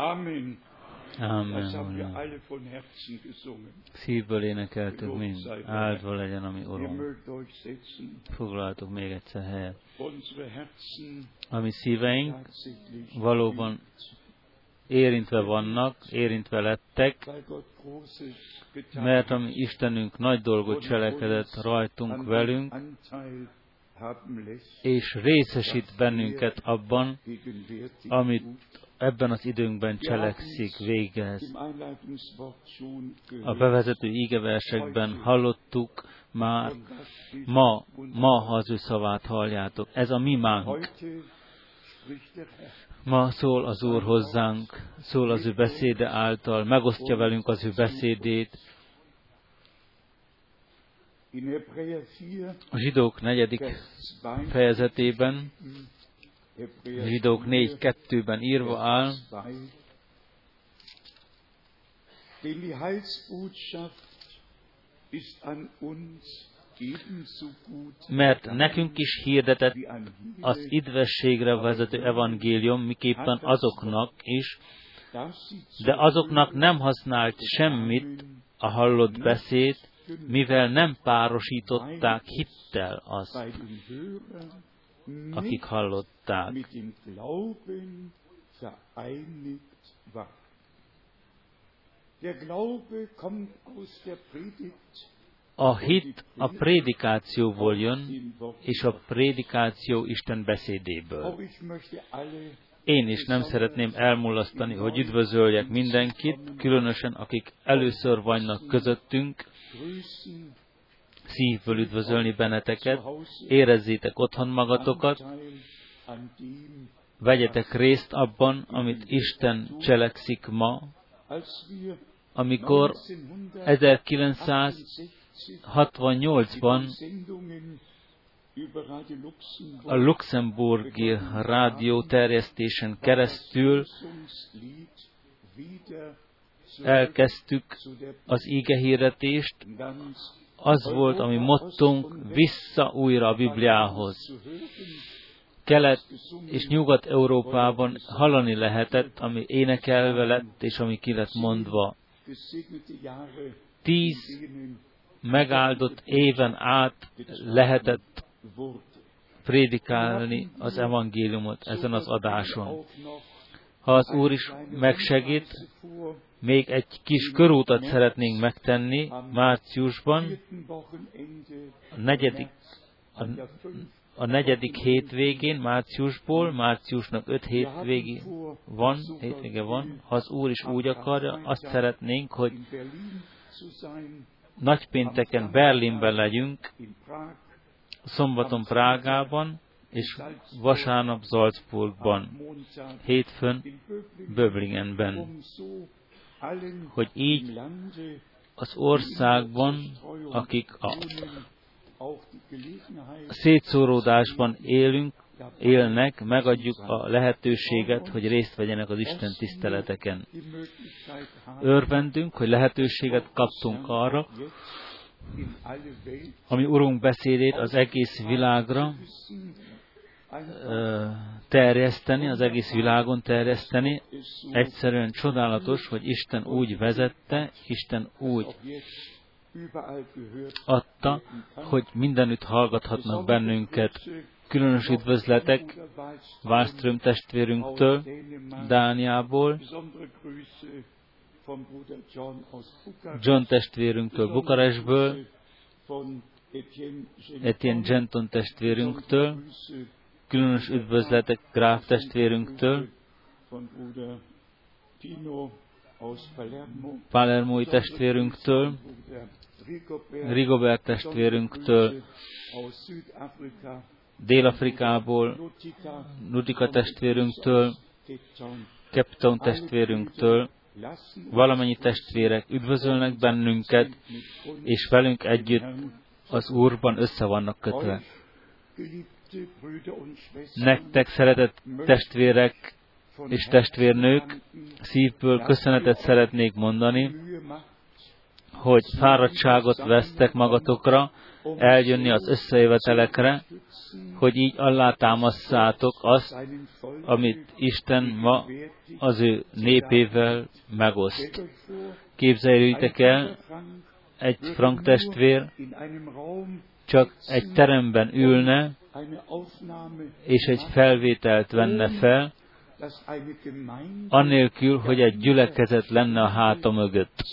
Amen. Amen. Szívből énekeltük mind. Áldva legyen a mi Urunk. Foglaltok még egyszer helyet. A mi szíveink valóban érintve vannak, érintve lettek, mert a mi Istenünk nagy dolgot cselekedett rajtunk, velünk, és részesít bennünket abban, amit ebben az időnkben cselekszik, végez. A bevezető ígeversekben hallottuk már, ma az ő szavát halljátok. Ez a mi mánk. Ma szól az Úr hozzánk, szól az ő beszéde által, megosztja velünk az ő beszédét. A Zsidók 4. fejezetében, Zsidók 4:2-ben írva áll, mert nekünk is hirdetett az üdvességre vezető evangélium, miképpen azoknak is, de azoknak nem használt semmit a hallott beszéd, mivel nem párosították hittel azt, akik hallották. A hit a prédikációból jön, és a prédikáció Isten beszédéből. Én is nem szeretném elmulasztani, hogy üdvözöljek mindenkit, különösen akik először vannak közöttünk, szívből üdvözölni benneteket, érezzétek otthon magatokat, vegyetek részt abban, amit Isten cselekszik ma, amikor 1968-ban a luxemburgi rádió terjesztésen keresztül elkezdtük az ígehirdetést. Az volt, ami mottónk, vissza újra a Bibliához. Kelet- és Nyugat-Európában hallani lehetett, ami énekelve lett, és ami ki lett mondva. 10 megáldott éven át lehetett prédikálni az evangéliumot ezen az adáson. Ha az Úr is megsegít, még egy kis körútat szeretnénk megtenni márciusban, a 4. hétvégén, márciusnak 5 hétvége van. Ha az Úr is úgy akarja, azt szeretnénk, hogy nagypénteken Berlinben legyünk, szombaton Prágában, és vasárnap Salzburgban, hétfőn Böblingenben, hogy így az országban, akik a szétszóródásban élnek, megadjuk a lehetőséget, hogy részt vegyenek az Isten tiszteleteken. Örvendünk, hogy lehetőséget kaptunk arra, ami Urunk beszédét az egész világra terjeszteni, az egész világon terjeszteni. Egyszerűen csodálatos, hogy Isten úgy vezette, Isten úgy adta, hogy mindenütt hallgathatnak bennünket. Különös üdvözletek Wallström testvérünktől, Dániából, John testvérünktől Bukarestből, Etienne Genton testvérünktől, különös üdvözletek Gráf testvérünktől, Palermói testvérünktől, Rigobert testvérünktől, Dél-Afrikából, Nutika testvérünktől, Capton testvérünktől, valamennyi testvérek üdvözölnek bennünket, és velünk együtt az Úrban össze vannak kötve. Nektek, szeretett testvérek és testvérnők, szívből köszönetet szeretnék mondani, hogy fáradtságot vesztek magatokra, eljönni az összejövetelekre, hogy így alátámasszátok azt, amit Isten ma az ő népével megoszt. Képzeljétek el, egy Frank testvér csak egy teremben ülne, és egy felvételt venne fel, annélkül, hogy egy gyülekezet lenne a háta mögött.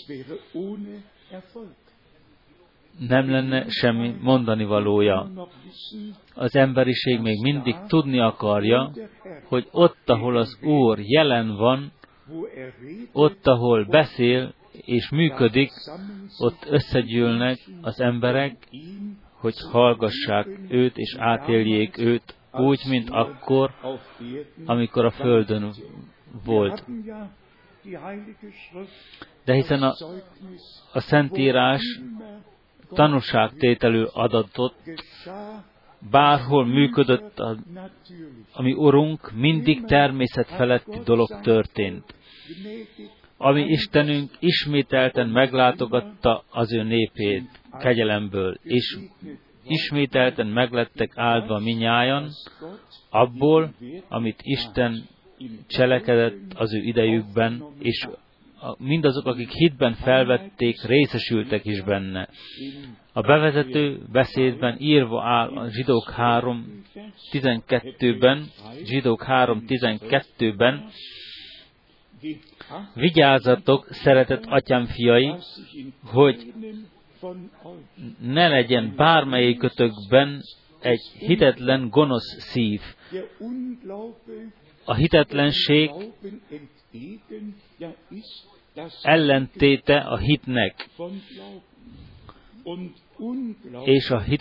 Nem lenne semmi mondani valója. Az emberiség még mindig tudni akarja, hogy ott, ahol az Úr jelen van, ott, ahol beszél és működik, ott összegyűlnek az emberek, hogy hallgassák őt és átéljék őt, úgy, mint akkor, amikor a földön volt. De hiszen a Szentírás tanúságtételű adatot, bárhol működött a mi Urunk, mindig természetfeletti dolog történt. Ami Istenünk ismételten meglátogatta az ő népét kegyelemből, és ismételten meglettek áldva minnyájan, abból, amit Isten cselekedett az ő idejükben, és mindazok, akik hitben felvették, részesültek is benne. A bevezető beszédben írva áll a Zsidók 3.12-ben, vigyázzatok, szeretett atyám fiai, hogy ne legyen bármelyikötökben egy hitetlen, gonosz szív. A hitetlenség ellentéte a hitnek, és a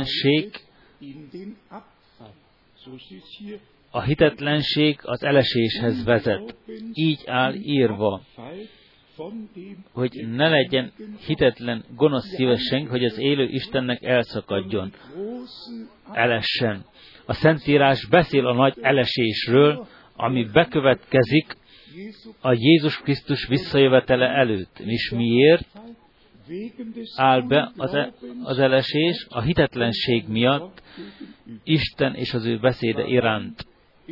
hitetlenség az eleséshez vezet. Így áll írva, hogy ne legyen hitetlen, gonosz szíves senki, hogy az élő Istennek elszakadjon, elessen. A Szentírás beszél a nagy elesésről, ami bekövetkezik a Jézus Krisztus visszajövetele előtt. És miért áll be az elesés? A hitetlenség miatt, Isten és az ő beszéde iránt.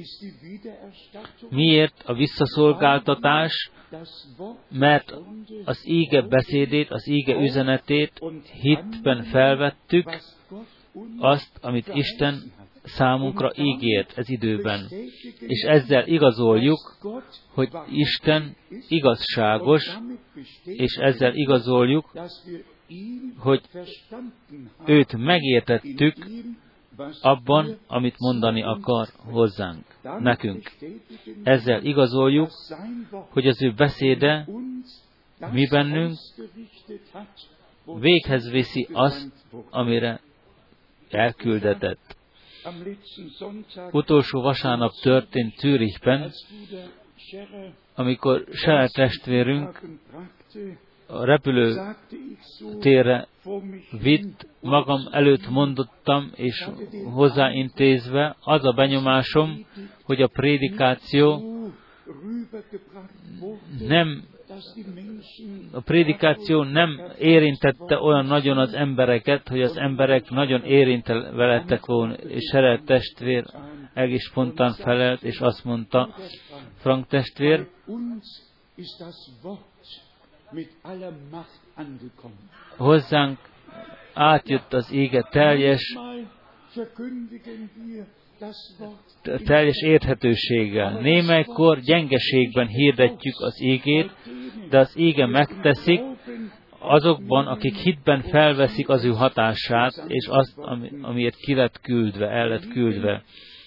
Miért a visszaszolgáltatás? Mert az íge beszédét, az íge üzenetét hitben felvettük, azt, amit Isten számunkra ígért ez időben. És ezzel igazoljuk, hogy Isten igazságos, és ezzel igazoljuk, hogy őt megértettük abban, amit mondani akar hozzánk, nekünk. Ezzel igazoljuk, hogy az ő beszéde mi bennünk véghez viszi azt, amire elküldetett. Utolsó vasárnap történt Zürichben, amikor Scherer testvérünk a repülőtérre vitt, magam előtt mondottam, és hozzáintézve az a benyomásom, hogy a prédikáció nem érintette olyan nagyon az embereket, hogy az emberek nagyon érintve lettek volna, és Scherer testvér egész spontán felelt, és azt mondta, Frank testvér, hozzánk átjött az ége teljes érthetőséggel. Némelykor gyengeségben hirdetjük az ígét, de az íge megteszik azokban, akik hitben felveszik az ő hatását, és azt, amiért ki lett küldve, el lett küldve.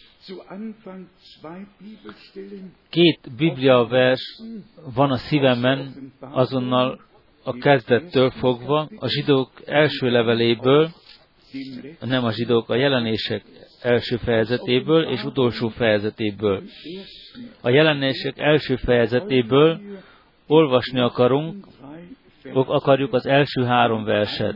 2 bibliavers van a szívemen azonnal a kezdettől fogva, a zsidók első leveléből, nem a zsidók, a jelenések első fejezetéből és utolsó fejezetéből. A jelenések első fejezetéből olvasni akarjuk az első 3 verset.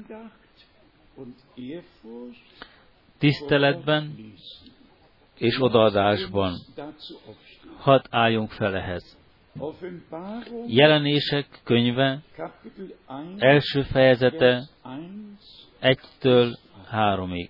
Tiszteletben és odaadásban. Hadd álljunk fel ehhez. Jelenések könyve, első fejezete, 1-től 3-ig.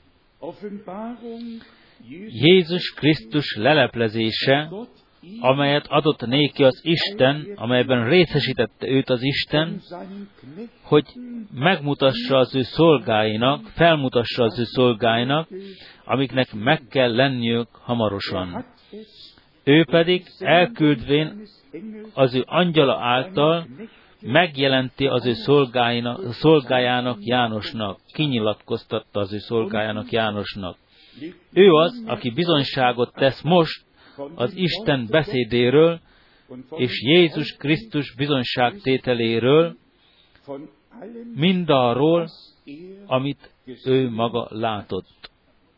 Jézus Krisztus leleplezése, amelyet adott néki az Isten, amelyben részesítette őt az Isten, hogy megmutassa az ő szolgáinak, felmutassa az ő szolgáinak, amiknek meg kell lenniük hamarosan. Ő pedig elküldvén az ő angyala által megjelenti az ő szolgájának Jánosnak, kinyilatkoztatta az ő szolgájának Jánosnak. Ő az, aki bizonyságot tesz most az Isten beszédéről és Jézus Krisztus bizonyságtételéről, mindarról, amit ő maga látott.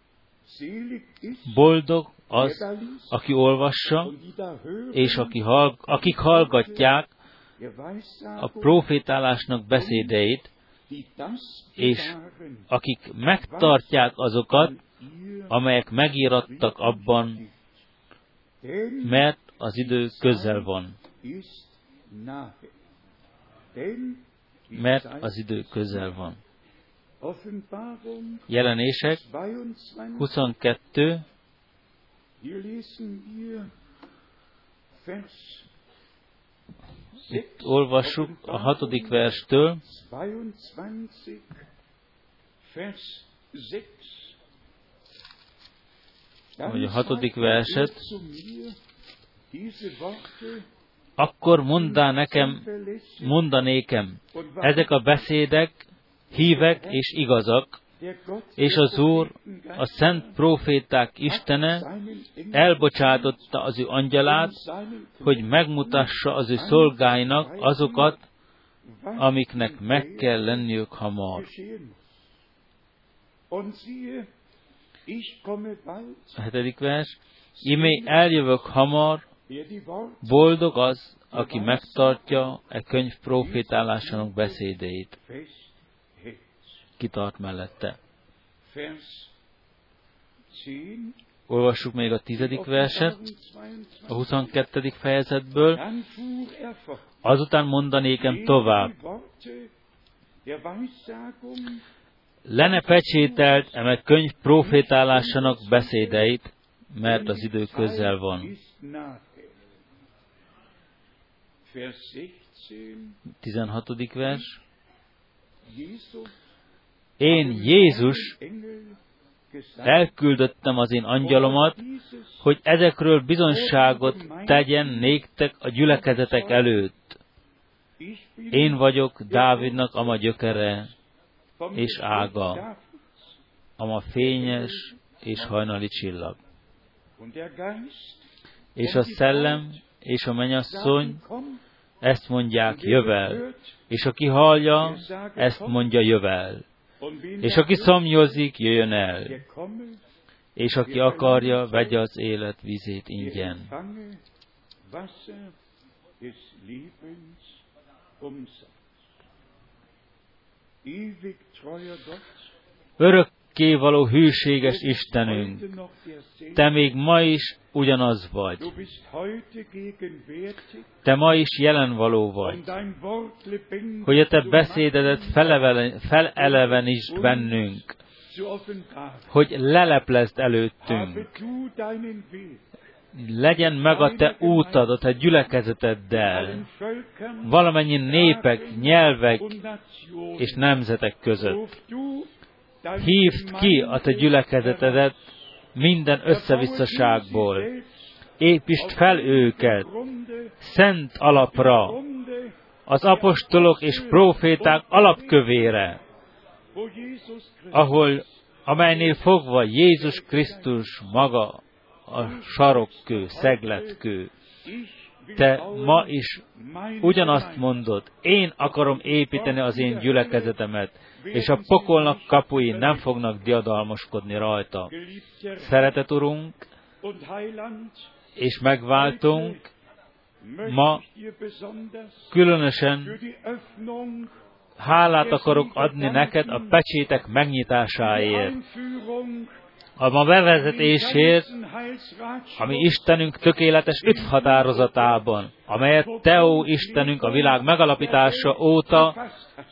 Boldog az, aki olvassa, és akik hallgatják a profétálásnak beszédeit, és akik megtartják azokat, amelyek megírattak abban, mert az idő közel van. Mert az idő közel van. Jelenések 22, itt olvassuk a 6. verstől, vagy a 6. verset. Akkor mondanékem, ezek a beszédek hívek és igazak, és az Úr, a szent próféták Istene elbocsátotta az ő angyalát, hogy megmutassa az ő szolgáinak azokat, amiknek meg kell lenniük hamar. A 7. vers. Imé eljövök hamar, boldog az, aki megtartja e könyv profétálásának beszédeit. Kitart mellette. Olvassuk még a 10. verset, a 22. fejezetből. Azután mondanékem tovább. Le pecsételt eme könyv profétálásának beszédeit, mert az idő közel van. 16. vers. Én, Jézus, elküldöttem az én angyalomat, hogy ezekről bizonyságot tegyen néktek a gyülekezetek előtt. Én vagyok Dávidnak ama gyökere és ága, ama fényes és hajnali csillag. És a szellem és a mennyasszony ezt mondják, jövel, és aki hallja, ezt mondja, jövel. És aki szomjozik, jöjjön el, és aki akarja, vegye az élet vízét ingyen. Örökkévaló hűséges Istenünk, Te még ma is ugyanaz vagy. Te ma is jelenvaló vagy, hogy a Te beszédedet felelevenítsd bennünk, hogy leleplezd előttünk. Legyen meg a Te útad, a Te gyülekezeteddel, valamennyi népek, nyelvek és nemzetek között. Hívd ki a Te gyülekezetedet minden összevisszaságból. Építsd fel őket szent alapra, az apostolok és próféták alapkövére, amelynél fogva Jézus Krisztus maga a sarokkő, szegletkő. Te ma is ugyanazt mondod, én akarom építeni az én gyülekezetemet, és a pokolnak kapui nem fognak diadalmaskodni rajta. Szeretett Urunk, és megváltunk, ma különösen hálát akarok adni neked a pecsétek megnyitásáért, a ma bevezetésért, ami Istenünk tökéletes üdvhatározatában, amelyet Te, ó Istenünk, a világ megalapítása óta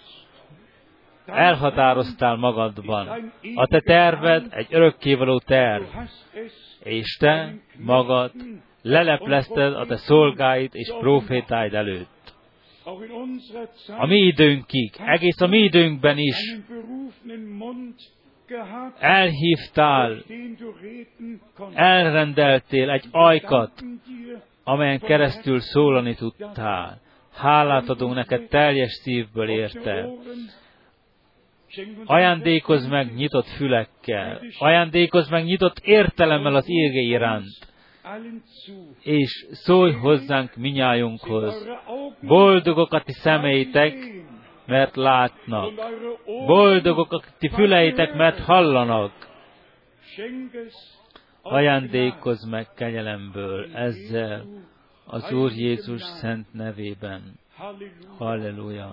elhatároztál magadban. A Te terved egy örökkévaló terv, és Te magad leleplezted a Te szolgáid és prófétáid előtt. A mi időnkig, egész a mi időnkben is elhívtál, elrendeltél egy ajkat, amelyen keresztül szólani tudtál. Hálát adunk neked teljes szívből érte. Ajándékozz meg nyitott fülekkel, ajándékozz meg nyitott értelemmel az íge iránt, és szólj hozzánk minnyájunkhoz. Boldogok a ti szemeitek, mert látnak. Boldogok a ti füleitek, mert hallanak. Ajándékozz meg kegyelemből ezzel az Úr Jézus szent nevében. Halleluja.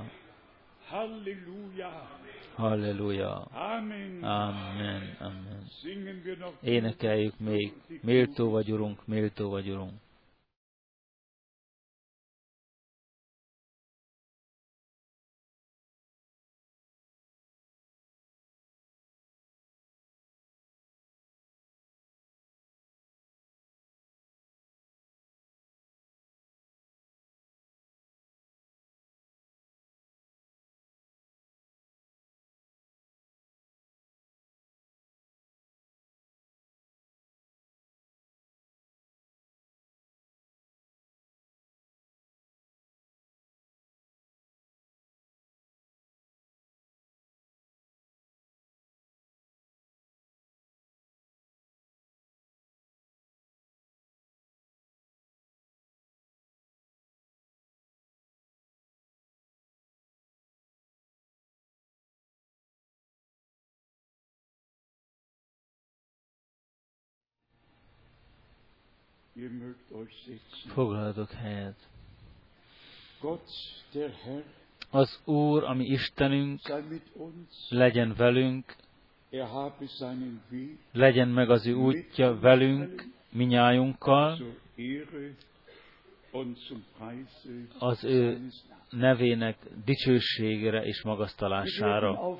Halleluja. Amen. Amen. Énekeljük még. Méltó vagy, Urunk, méltó vagy, Urunk. Foglaljatok helyet. Az Úr, ami Istenünk, legyen velünk, legyen meg az ő útja velünk, minnyájunkkal, az ő nevének dicsőségére és magasztalására.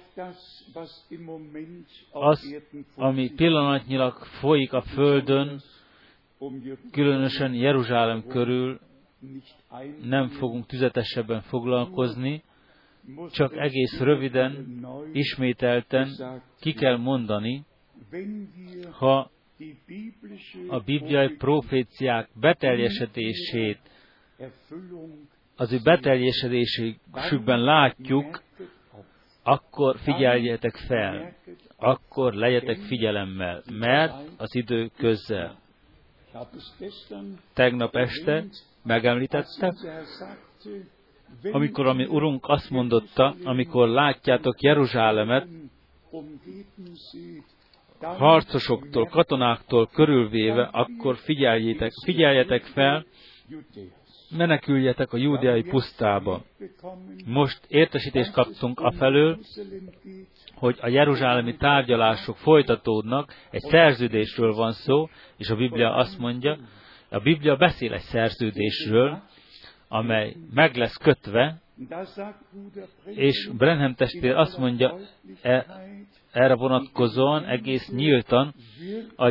Az, ami pillanatnyilag folyik a földön, különösen Jeruzsálem körül, nem fogunk tüzetesebben foglalkozni, csak egész röviden, ismételten ki kell mondani, ha a bibliai proféciák beteljesedését, az ő beteljesedésükben látjuk, akkor figyeljetek fel, akkor legyetek figyelemmel, mert az idő közel. Tegnap este megemlítette, amikor a mi Urunk azt mondotta, amikor látjátok Jeruzsálemet harcosoktól, katonáktól körülvéve, akkor figyeljetek fel, meneküljetek a júdeai pusztába. Most értesítést kaptunk afelől, hogy a jeruzsálemi tárgyalások folytatódnak, egy szerződésről van szó, és a Biblia azt mondja, a Biblia beszél egy szerződésről, amely meg lesz kötve, és Branham testvér azt mondja erre vonatkozóan egész nyíltan, a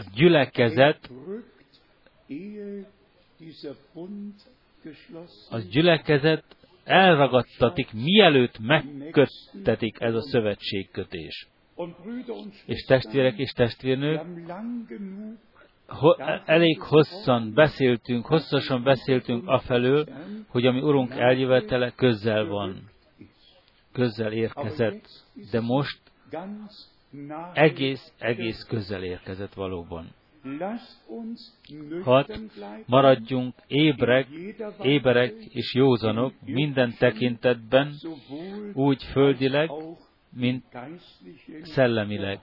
gyülekezet elragadtatik, mielőtt megköttetik ez a szövetségkötés. És testvérek és testvérnők, elég hosszasan beszéltünk afelől, hogy a mi Urunk eljövetele közel van. Közel érkezett, de most egész közel érkezett valóban. Hadd maradjunk éberek és józanok minden tekintetben, úgy földileg, mint szellemileg.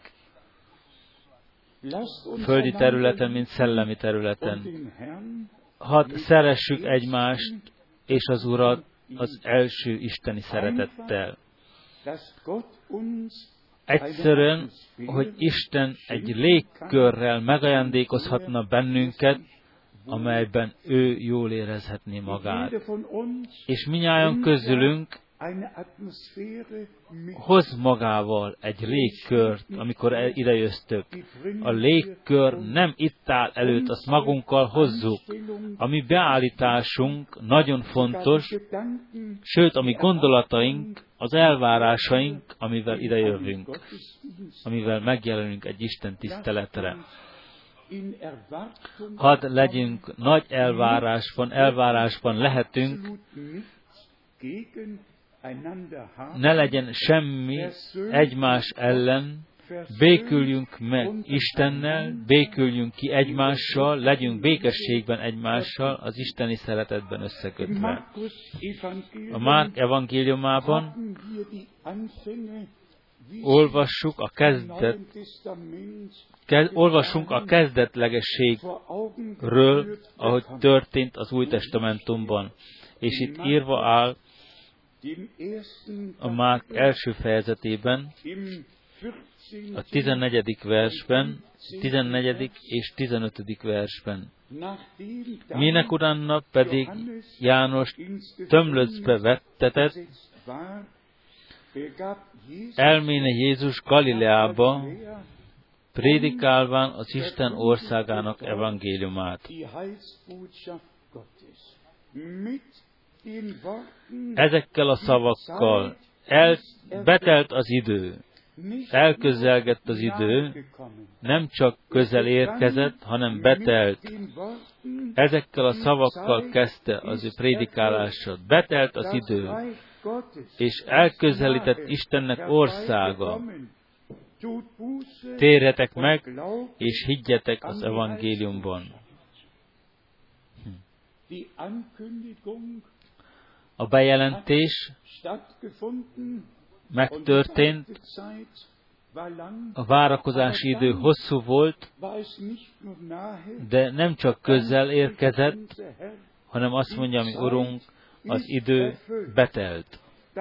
Földi területen, mint szellemi területen. Hadd szeressük egymást és az Urat az első isteni szeretettel. Egyszerűen, hogy Isten egy légkörrel megajándékozhatna bennünket, amelyben ő jól érezhetné magát. És minnyáján közülünk hoz magával egy légkört, amikor idejöztök. A légkör nem itt áll előtt, azt magunkkal hozzuk. A mi beállításunk nagyon fontos, sőt, a mi gondolataink, az elvárásaink, amivel idejövünk, amivel megjelenünk egy Isten tiszteletre. Hadd legyünk nagy elvárásban lehetünk, ne legyen semmi egymás ellen, béküljünk meg Istennel, béküljünk ki egymással, legyünk békességben egymással, az isteni szeretetben összekötve. A Márk evangéliumában olvassunk a kezdetlegességről, ahogy történt az Új Testamentumban. És itt írva áll a Márk első fejezetében, a 14. versben, 14. és 15. versben. Minek utána pedig János tömlöcbe vettetett, elméne Jézus Galileába, prédikálván az Isten országának evangéliumát. Ezekkel a szavakkal betelt az idő, elközelgett az idő, nem csak közel érkezett, hanem betelt. Ezekkel a szavakkal kezdte az ő prédikálását. Betelt az idő, és elközelített Istennek országa. Térjetek meg, és higgyetek az evangéliumban. A bejelentés megtörtént, a várakozási idő hosszú volt, de nem csak közel érkezett, hanem azt mondja, mi Urunk, az idő betelt.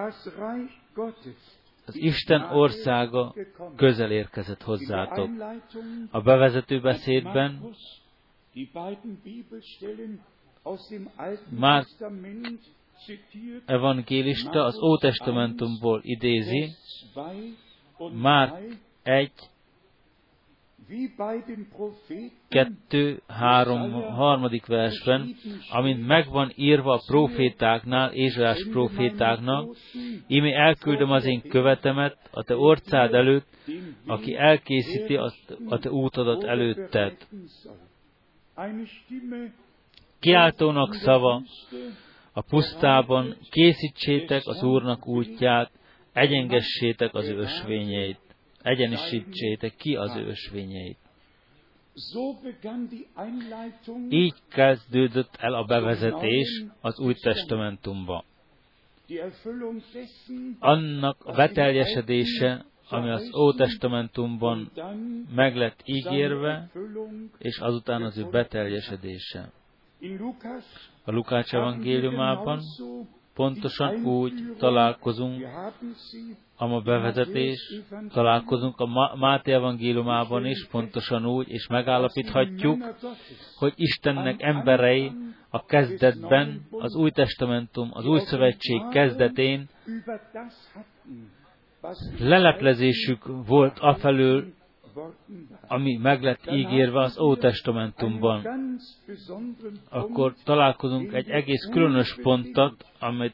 Az Isten országa közel érkezett hozzátok. A bevezető beszédben Márk evangélista az Ótestamentumból idézi, Márk 1, 2, 3. versben, amint megvan írva a profétáknál, Ézsaiás profétáknak, íme elküldöm az én követemet a te orcád előtt, aki elkészíti a te útodat előtted. Kiáltónak szava a pusztában, készítsétek az Úrnak útját, egyengessétek az ő ösvényeit. Egyenesítsétek ki az ő ösvényeit. Így kezdődött el a bevezetés az Új Testamentumba. Annak a beteljesedése, ami az Ótestamentumban meg lett ígérve, és azután az ő beteljesedése. A Lukács evangéliumában pontosan úgy találkozunk, a bevezetés, találkozunk a Máté evangéliumában is, pontosan úgy, és megállapíthatjuk, hogy Istennek emberei a kezdetben, az Új Testamentum, az Új Szövetség kezdetén leleplezésük volt afelől, ami meg lett ígérve az Ótestamentumban. Akkor találkozunk egy egész különös pontot,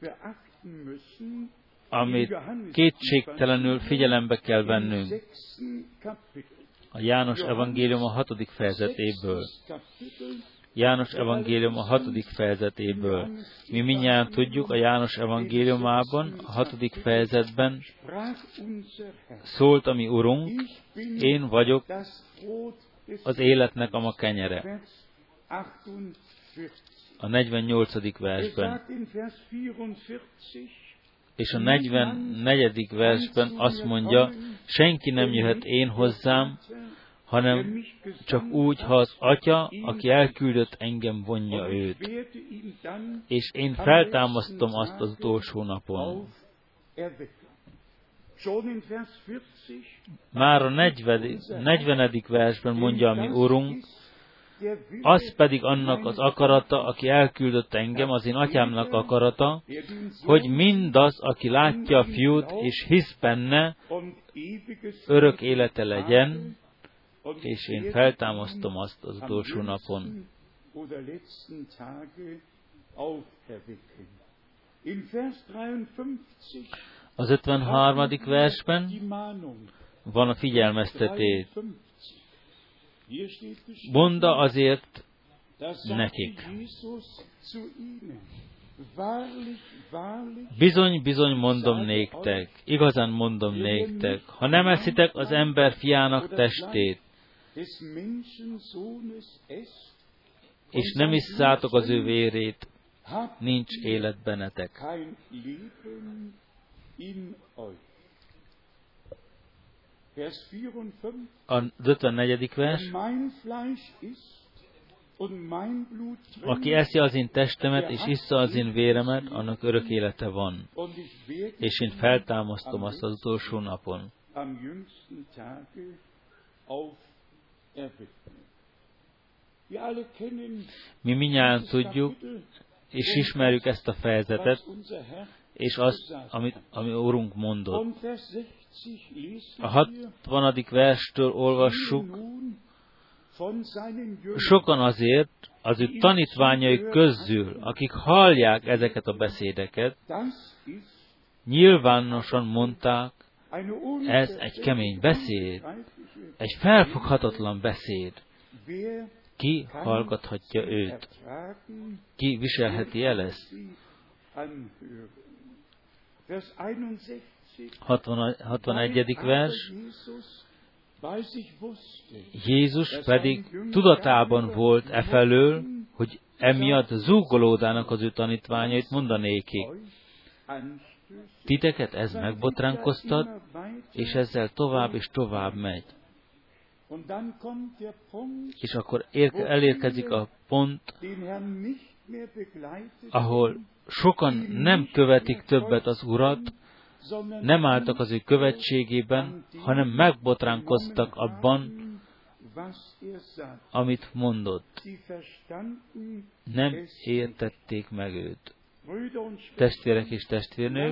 amit kétségtelenül figyelembe kell vennünk. A János evangélium a 6. fejezetéből. János evangélium a 6. fejezetéből. Mi mindjárt tudjuk, a János evangéliumában, a 6. fejezetben szólt a mi Urunk, én vagyok az életnek a kenyere. A 48. versben. És a 44. versben azt mondja, senki nem jöhet én hozzám, hanem csak úgy, ha az Atya, aki elküldött engem, vonja őt. És én feltámasztom azt az utolsó napon. Már a 40. versben mondja a mi Urunk, az pedig annak az akarata, aki elküldött engem, az én atyámnak akarata, hogy mindaz, aki látja a fiút, és hisz benne, örök élete legyen, és én feltámasztom azt az utolsó napon. Az 53. versben van a figyelmeztetés. Mondd azért nekik. Bizony, bizony mondom néktek, igazán mondom néktek, ha nem eszitek az ember fiának testét, és nem isszátok az ő vérét, nincs élet bennetek. Az 54. vers. Aki eszi az én testemet, és issza az én véremet, annak örök élete van. És én feltámasztom azt az utolsó napon. Mi mindnyájan tudjuk, és ismerjük ezt a fejezetet, és azt, ami Urunk mondott. A 60. verstől olvassuk, sokan azért az ő tanítványai közül, akik hallják ezeket a beszédeket, nyilvánosan mondták, ez egy kemény beszéd, egy felfoghatatlan beszéd. Ki hallgathatja őt? Ki viselheti el ezt? 61. vers. Jézus pedig tudatában volt efelől, hogy emiatt zúgolódának az ő tanítványait mondanékik. Titeket ez megbotránkoztat, és ezzel tovább és tovább megy. És akkor elérkezik a pont, ahol sokan nem követik többet az Urat, nem álltak az ő követségében, hanem megbotránkoztak abban, amit mondott. Nem értették meg őt. Testvérek és testvérnők,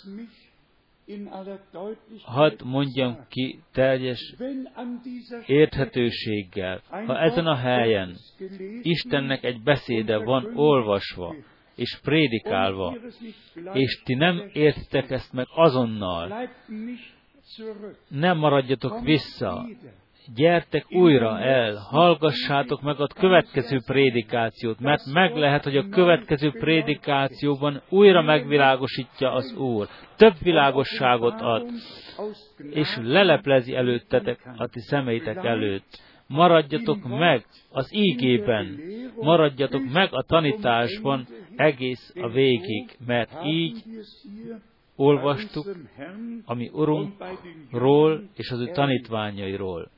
hadd mondjam ki teljes érthetőséggel, ha ezen a helyen Istennek egy beszéde van olvasva, és prédikálva, és ti nem értitek ezt meg azonnal, nem maradjatok vissza, gyertek újra el, hallgassátok meg a következő prédikációt, mert meg lehet, hogy a következő prédikációban újra megvilágosítja az Úr, több világosságot ad, és leleplezi előttetek a ti szemeitek előtt. Maradjatok meg az ígében, maradjatok meg a tanításban egész a végig, mert így olvastuk a mi Urunkról és az ő tanítványairól.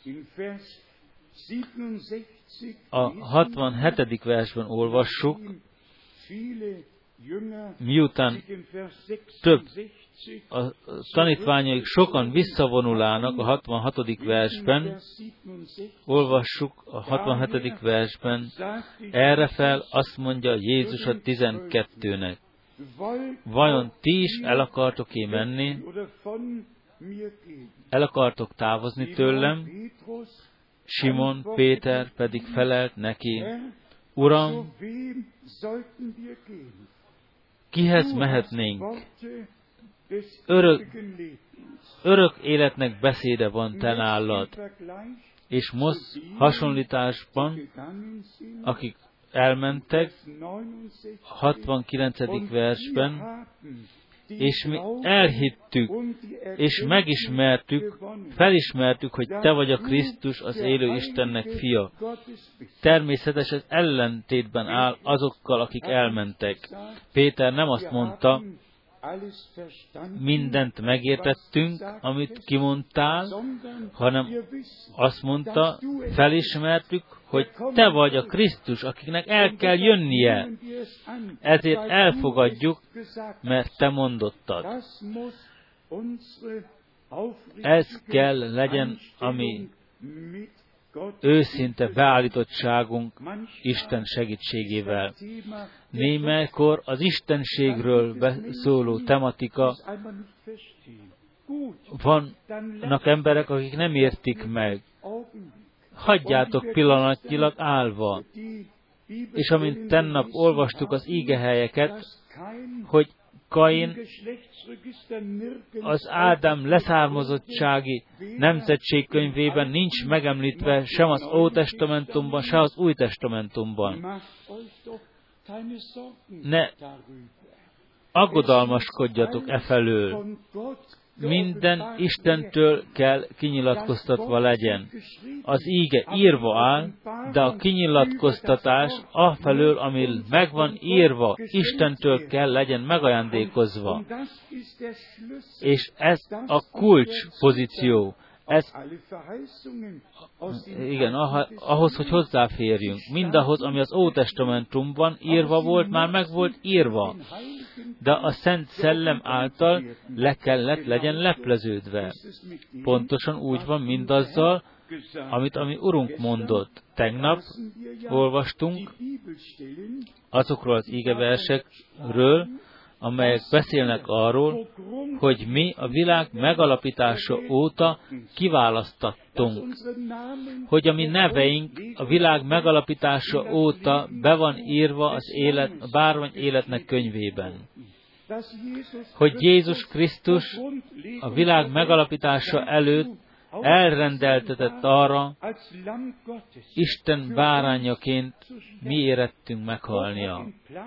A 67. versben olvassuk, miután több a tanítványaik sokan visszavonulának a 66. versben, olvassuk a 67. versben, erre fel azt mondja Jézus a 12-nek, vajon ti is el akartok-e menni, el akartok távozni tőlem? Simon Péter pedig felelt neki, Uram, kihez mehetnénk? Örök életnek beszéde van te nálad. És most hasonlításban, akik elmentek, 69. versben, és mi elhittük, és megismertük, felismertük, hogy te vagy a Krisztus, az élő Istennek fia. Természetesen ez ellentétben áll azokkal, akik elmentek. Péter nem azt mondta, mindent megértettünk, amit kimondtál, hanem azt mondta, felismertük, hogy te vagy a Krisztus, akiknek el kell jönnie. Ezért elfogadjuk, mert te mondottad. Ez kell legyen a mi őszinte beállítottságunk Isten segítségével. Némelykor az istenségről szóló tematika, vannak emberek, akik nem értik meg. Hagyjátok pillanatnyilag állva. És amint tennap olvastuk az ígehelyeket, hogy Kain az Ádám leszármazottsági nemzetségkönyvében nincs megemlítve sem az Ótestamentumban, sem az Új Testamentumban. Ne aggodalmaskodjatok efelől. Minden Istentől kell kinyilatkoztatva legyen. Az íge írva áll, de a kinyilatkoztatás afelől, ami meg van írva, Istentől kell legyen megajándékozva. És ez a kulcs pozíció. Ez, igen, ahhoz, hogy hozzáférjünk. Mindahhoz, ami az Ótestamentumban írva volt, már meg volt írva. De a Szent Szellem által le kellett legyen lepleződve. Pontosan úgy van mindazzal, amit a mi Urunk mondott. Tegnap olvastunk azokról az ígeversekről, amelyek beszélnek arról, hogy mi a világ megalapítása óta kiválasztattunk, hogy a mi neveink a világ megalapítása óta be van írva a bárvány életnek könyvében. Hogy Jézus Krisztus a világ megalapítása előtt elrendeltetett arra, Isten bárányaként mi érettünk meghalnia.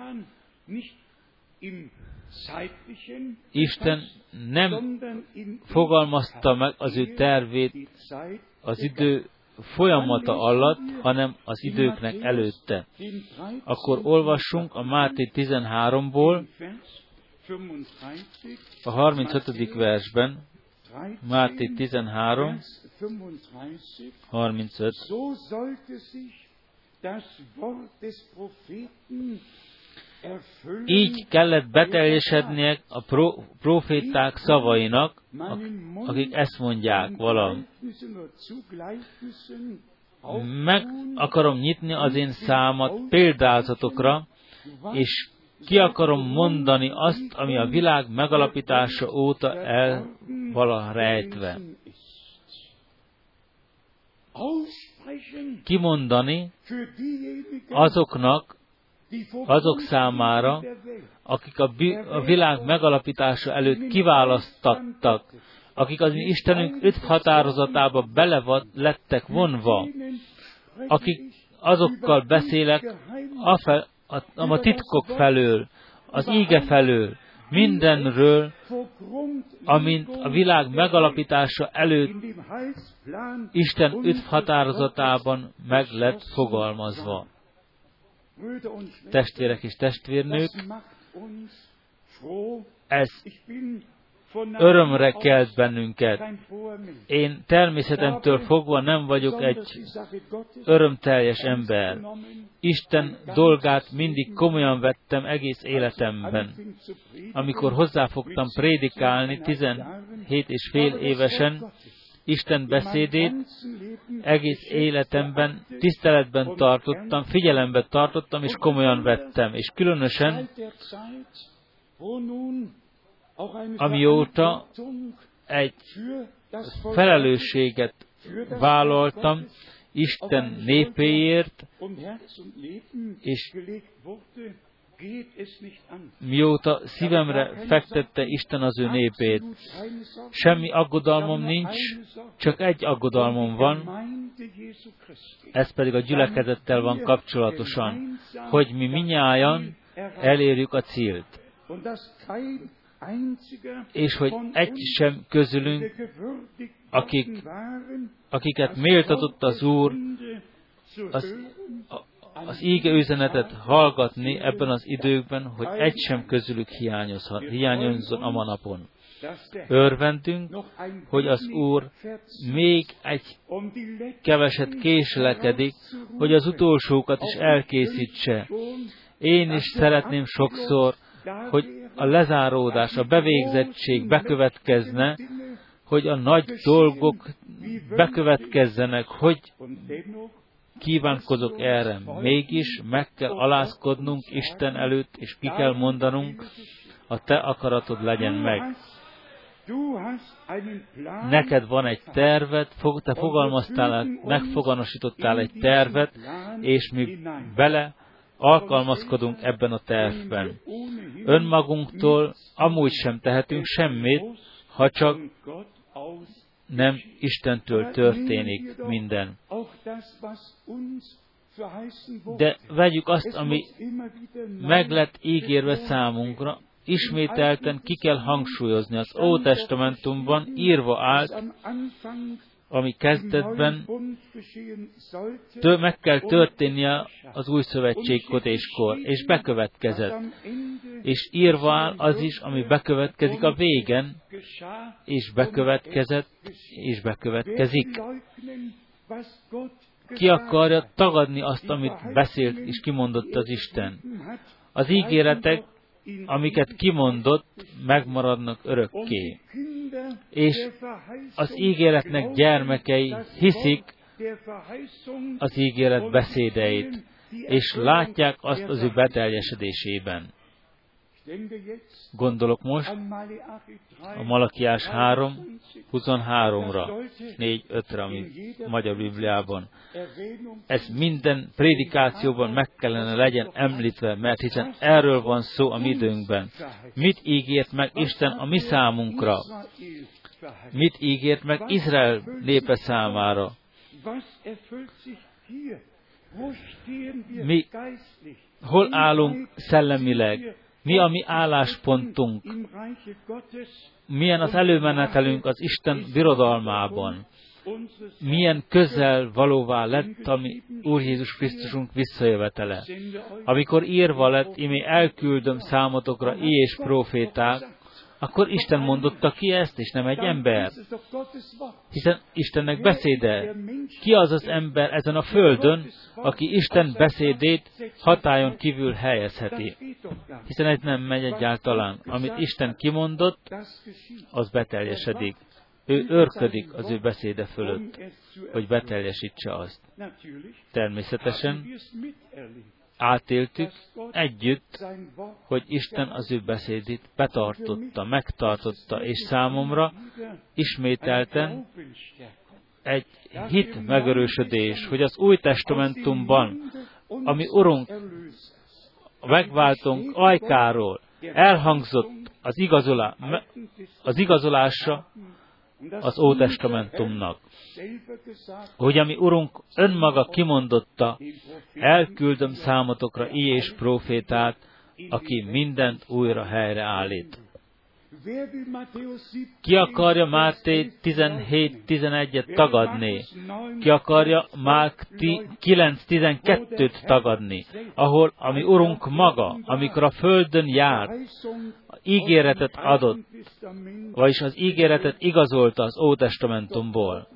Isten nem fogalmazta meg az ő tervét az idő folyamata alatt, hanem az időknek előtte. Akkor olvassunk a Máté 13-ból, a 35. versben, Máté 13, 35. Így kellett beteljesednie a proféták szavainak, akik ezt mondják valam. Meg akarom nyitni az én számat példázatokra, és ki akarom mondani azt, ami a világ megalapítása óta el vala rejtve. Kimondani azok számára, akik a világ megalapítása előtt kiválasztattak, akik az mi Istenünk 5 határozatába bele lettek vonva, akik azokkal beszélek a titkok felől, az íge felől, mindenről, amint a világ megalapítása előtt Isten 5 határozatában meg lett fogalmazva. Testvérek és testvérnők, ez örömre kelt bennünket. Én természetemtől fogva nem vagyok egy örömteljes ember. Isten dolgát mindig komolyan vettem egész életemben. Amikor hozzáfogtam prédikálni 17 és fél évesen, Isten beszédét egész életemben tiszteletben tartottam, figyelembe tartottam és komolyan vettem. És különösen, amióta egy felelősséget vállaltam Isten népéért, és mióta szívemre fektette Isten az ő népét. Semmi aggodalmam nincs, csak egy aggodalmam van, ez pedig a gyülekezettel van kapcsolatosan, hogy mi minnyájan elérjük a célt. És hogy egy sem közülünk, akiket méltatott az Úr, az íge üzenetet hallgatni ebben az időkben, hogy egy sem közülük hiányozzon a manapon. Örvendünk, hogy az Úr még egy keveset késlekedik, hogy az utolsókat is elkészítse. Én is szeretném sokszor, hogy a lezáródás, a bevégzettség bekövetkezne, hogy a nagy dolgok bekövetkezzenek, hogy kívánkozok erre. Mégis meg kell alázkodnunk Isten előtt, és ki kell mondanunk, a te akaratod legyen meg. Neked van egy terved, te fogalmaztál, megfoganosítottál egy tervet, és mi bele alkalmazkodunk ebben a tervben. Önmagunktól amúgy sem tehetünk semmit, ha csak nem Istentől történik minden. De vegyük azt, ami meg lett ígérve számunkra, ismételten ki kell hangsúlyozni. Az Ótestamentumban írva állt, ami kezdetben meg kell történnie az új szövetség kötéskor, és bekövetkezett. És írva áll az is, ami bekövetkezik a végen, és bekövetkezett, és bekövetkezik. Ki akarja tagadni azt, amit beszélt és kimondott az Isten? Az ígéretek, amiket kimondott, megmaradnak örökké. És az ígéretnek gyermekei hiszik az ígéret beszédeit, és látják azt az ő beteljesedésében. Gondolok most a Malakiás 3:23-ra, 4:5-re, ami Magyar Bibliában. Ez minden prédikációban meg kellene legyen említve, mert hiszen erről van szó a mi időnkben. Mit ígért meg Isten a mi számunkra? Mit ígért meg Izrael népe számára? Mi hol állunk szellemileg? Mi a mi álláspontunk? Milyen az előmenetelünk az Isten birodalmában? Milyen közel valóvá lett a mi Úr Jézus Krisztusunk visszajövetele? Amikor írva lett, imé elküldöm számotokra és próféták, akkor Isten mondotta ki ezt, és nem egy ember. Hiszen Istennek beszéde. Ki az az ember ezen a földön, aki Isten beszédét hatályon kívül helyezheti? Hiszen ez nem megy egyáltalán. Amit Isten kimondott, az beteljesedik. Ő őrködik az ő beszéde fölött, hogy beteljesítse azt. Természetesen átéltük együtt, hogy Isten az ő beszédét betartotta, megtartotta, és számomra ismételten egy hit megerősödés, hogy az Új Testamentumban, ami Urunk, megváltunk ajkáról, elhangzott az igazolása az Ótestamentumnak. Hogy ami Urunk önmaga kimondotta, elküldöm számotokra és prófétát, aki mindent újra helyreállít. Ki akarja Máté 17:11-et tagadni? Ki akarja Márk 9:12-t tagadni? Ahol, ami Urunk maga, amikor a földön jár, ígéretet adott, vagyis az ígéretet igazolta az Ótestamentumból.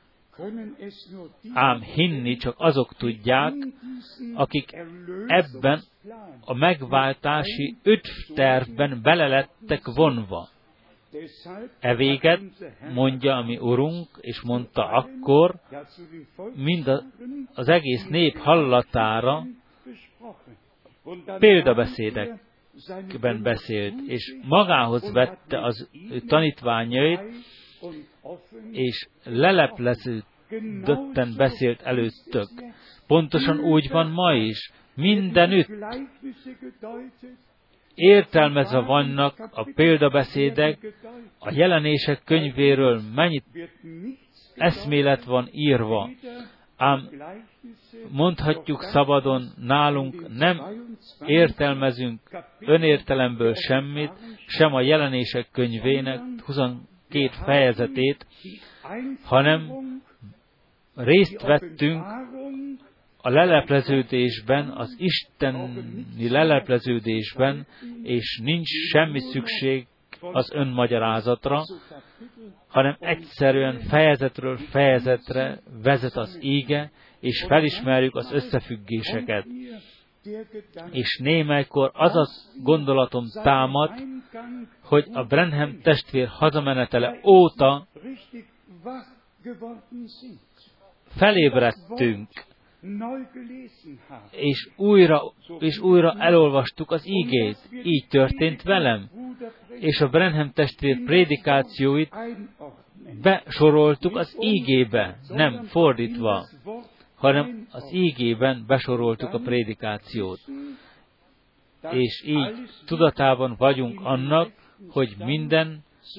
Ám hinni csak azok tudják, akik ebben a megváltási üdvtervben belelettek vonva. E véget mondja a mi Urunk, és mondta akkor, mind az egész nép hallatára példabeszédekben beszélt, és magához vette az tanítványait, és lelepleződötten beszélt előttök. Pontosan úgy van ma is. Mindenütt értelmezve vannak a példabeszédek, a jelenések könyvéről mennyit eszmélet van írva. Ám mondhatjuk szabadon, nálunk nem értelmezünk önértelemből semmit, sem a jelenések könyvének 22 fejezetét, hanem részt vettünk a lelepleződésben, az isteni lelepleződésben, és nincs semmi szükség az önmagyarázatra, hanem egyszerűen fejezetről fejezetre vezet az íge, és felismerjük az összefüggéseket. és némelykor az a gondolatom támad, hogy a Branham testvér hazamenetele óta felébredtünk, és újra elolvastuk az ígét. Így történt velem, és a Branham testvér prédikációit besoroltuk az ígébe, nem fordítva, hanem az ígében besoroltuk a prédikációt. És így tudatában vagyunk annak, hogy minden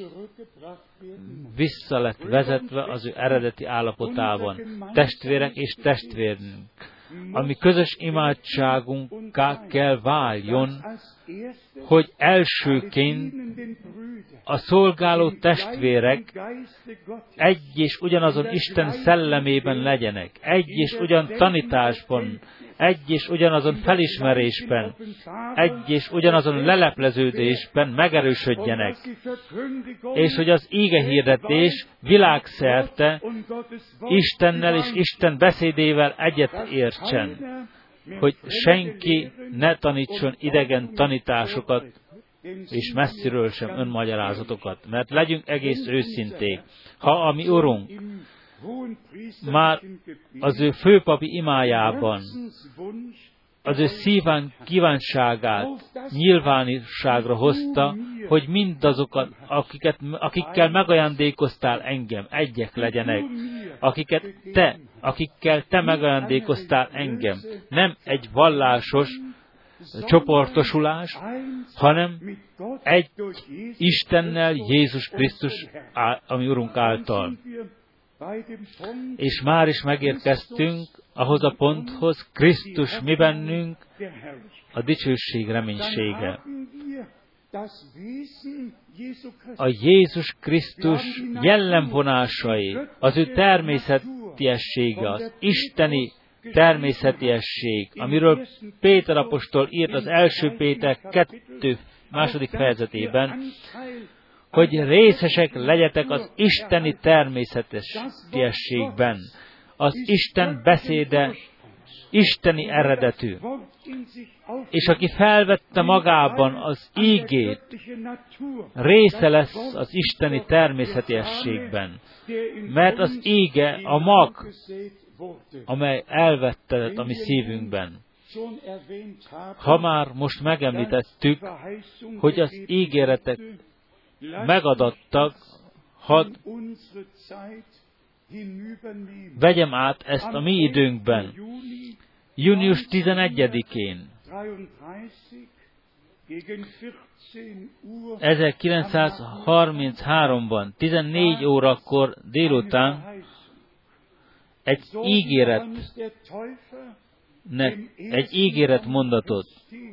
vissza lett vezetve az ő eredeti állapotában. Testvérek és testvérnünk, ami közös imádságunká kell váljon, hogy elsőként a szolgáló testvérek egy és ugyanazon Isten szellemében legyenek, egy és ugyan tanításban, egy és ugyanazon felismerésben, egy és ugyanazon lelepleződésben megerősödjenek, és hogy az ígehirdetés világszerte Istennel és Isten beszédével egyet értsen, hogy senki ne tanítson idegen tanításokat, és messziről sem önmagyarázatokat, mert legyünk egész őszinték. Ha a mi Urunk már az ő főpapi imájában az ő szíván kívánságát nyilvánosságra hozta, hogy mindazokat, akikkel megajándékoztál engem, egyek legyenek, akikkel te megajándékoztál engem. Nem egy vallásos csoportosulás, hanem egy Istennel, Jézus Krisztus, ami Urunk által. És már is megérkeztünk ahhoz a ponthoz, Krisztus mi bennünk, a dicsőség reménysége. A Jézus Krisztus jellemvonásai, az ő természetiessége, az isteni természetiesség, amiről Péter apostol írt az 1 Péter 2. második fejezetében, hogy részesek legyetek az isteni természetiességben. Az Isten beszéde isteni eredetű. És aki felvette magában az ígét, része lesz az isteni természetiességben. Mert az íge a mag, amely elvettetett a mi szívünkben. Ha már most megemlítettük, hogy az ígéretek megadattak, hadd vegyem át ezt a mi időnkben. Június 11-én 1933-ban, 14 órakor délután egy ígéret mondatot.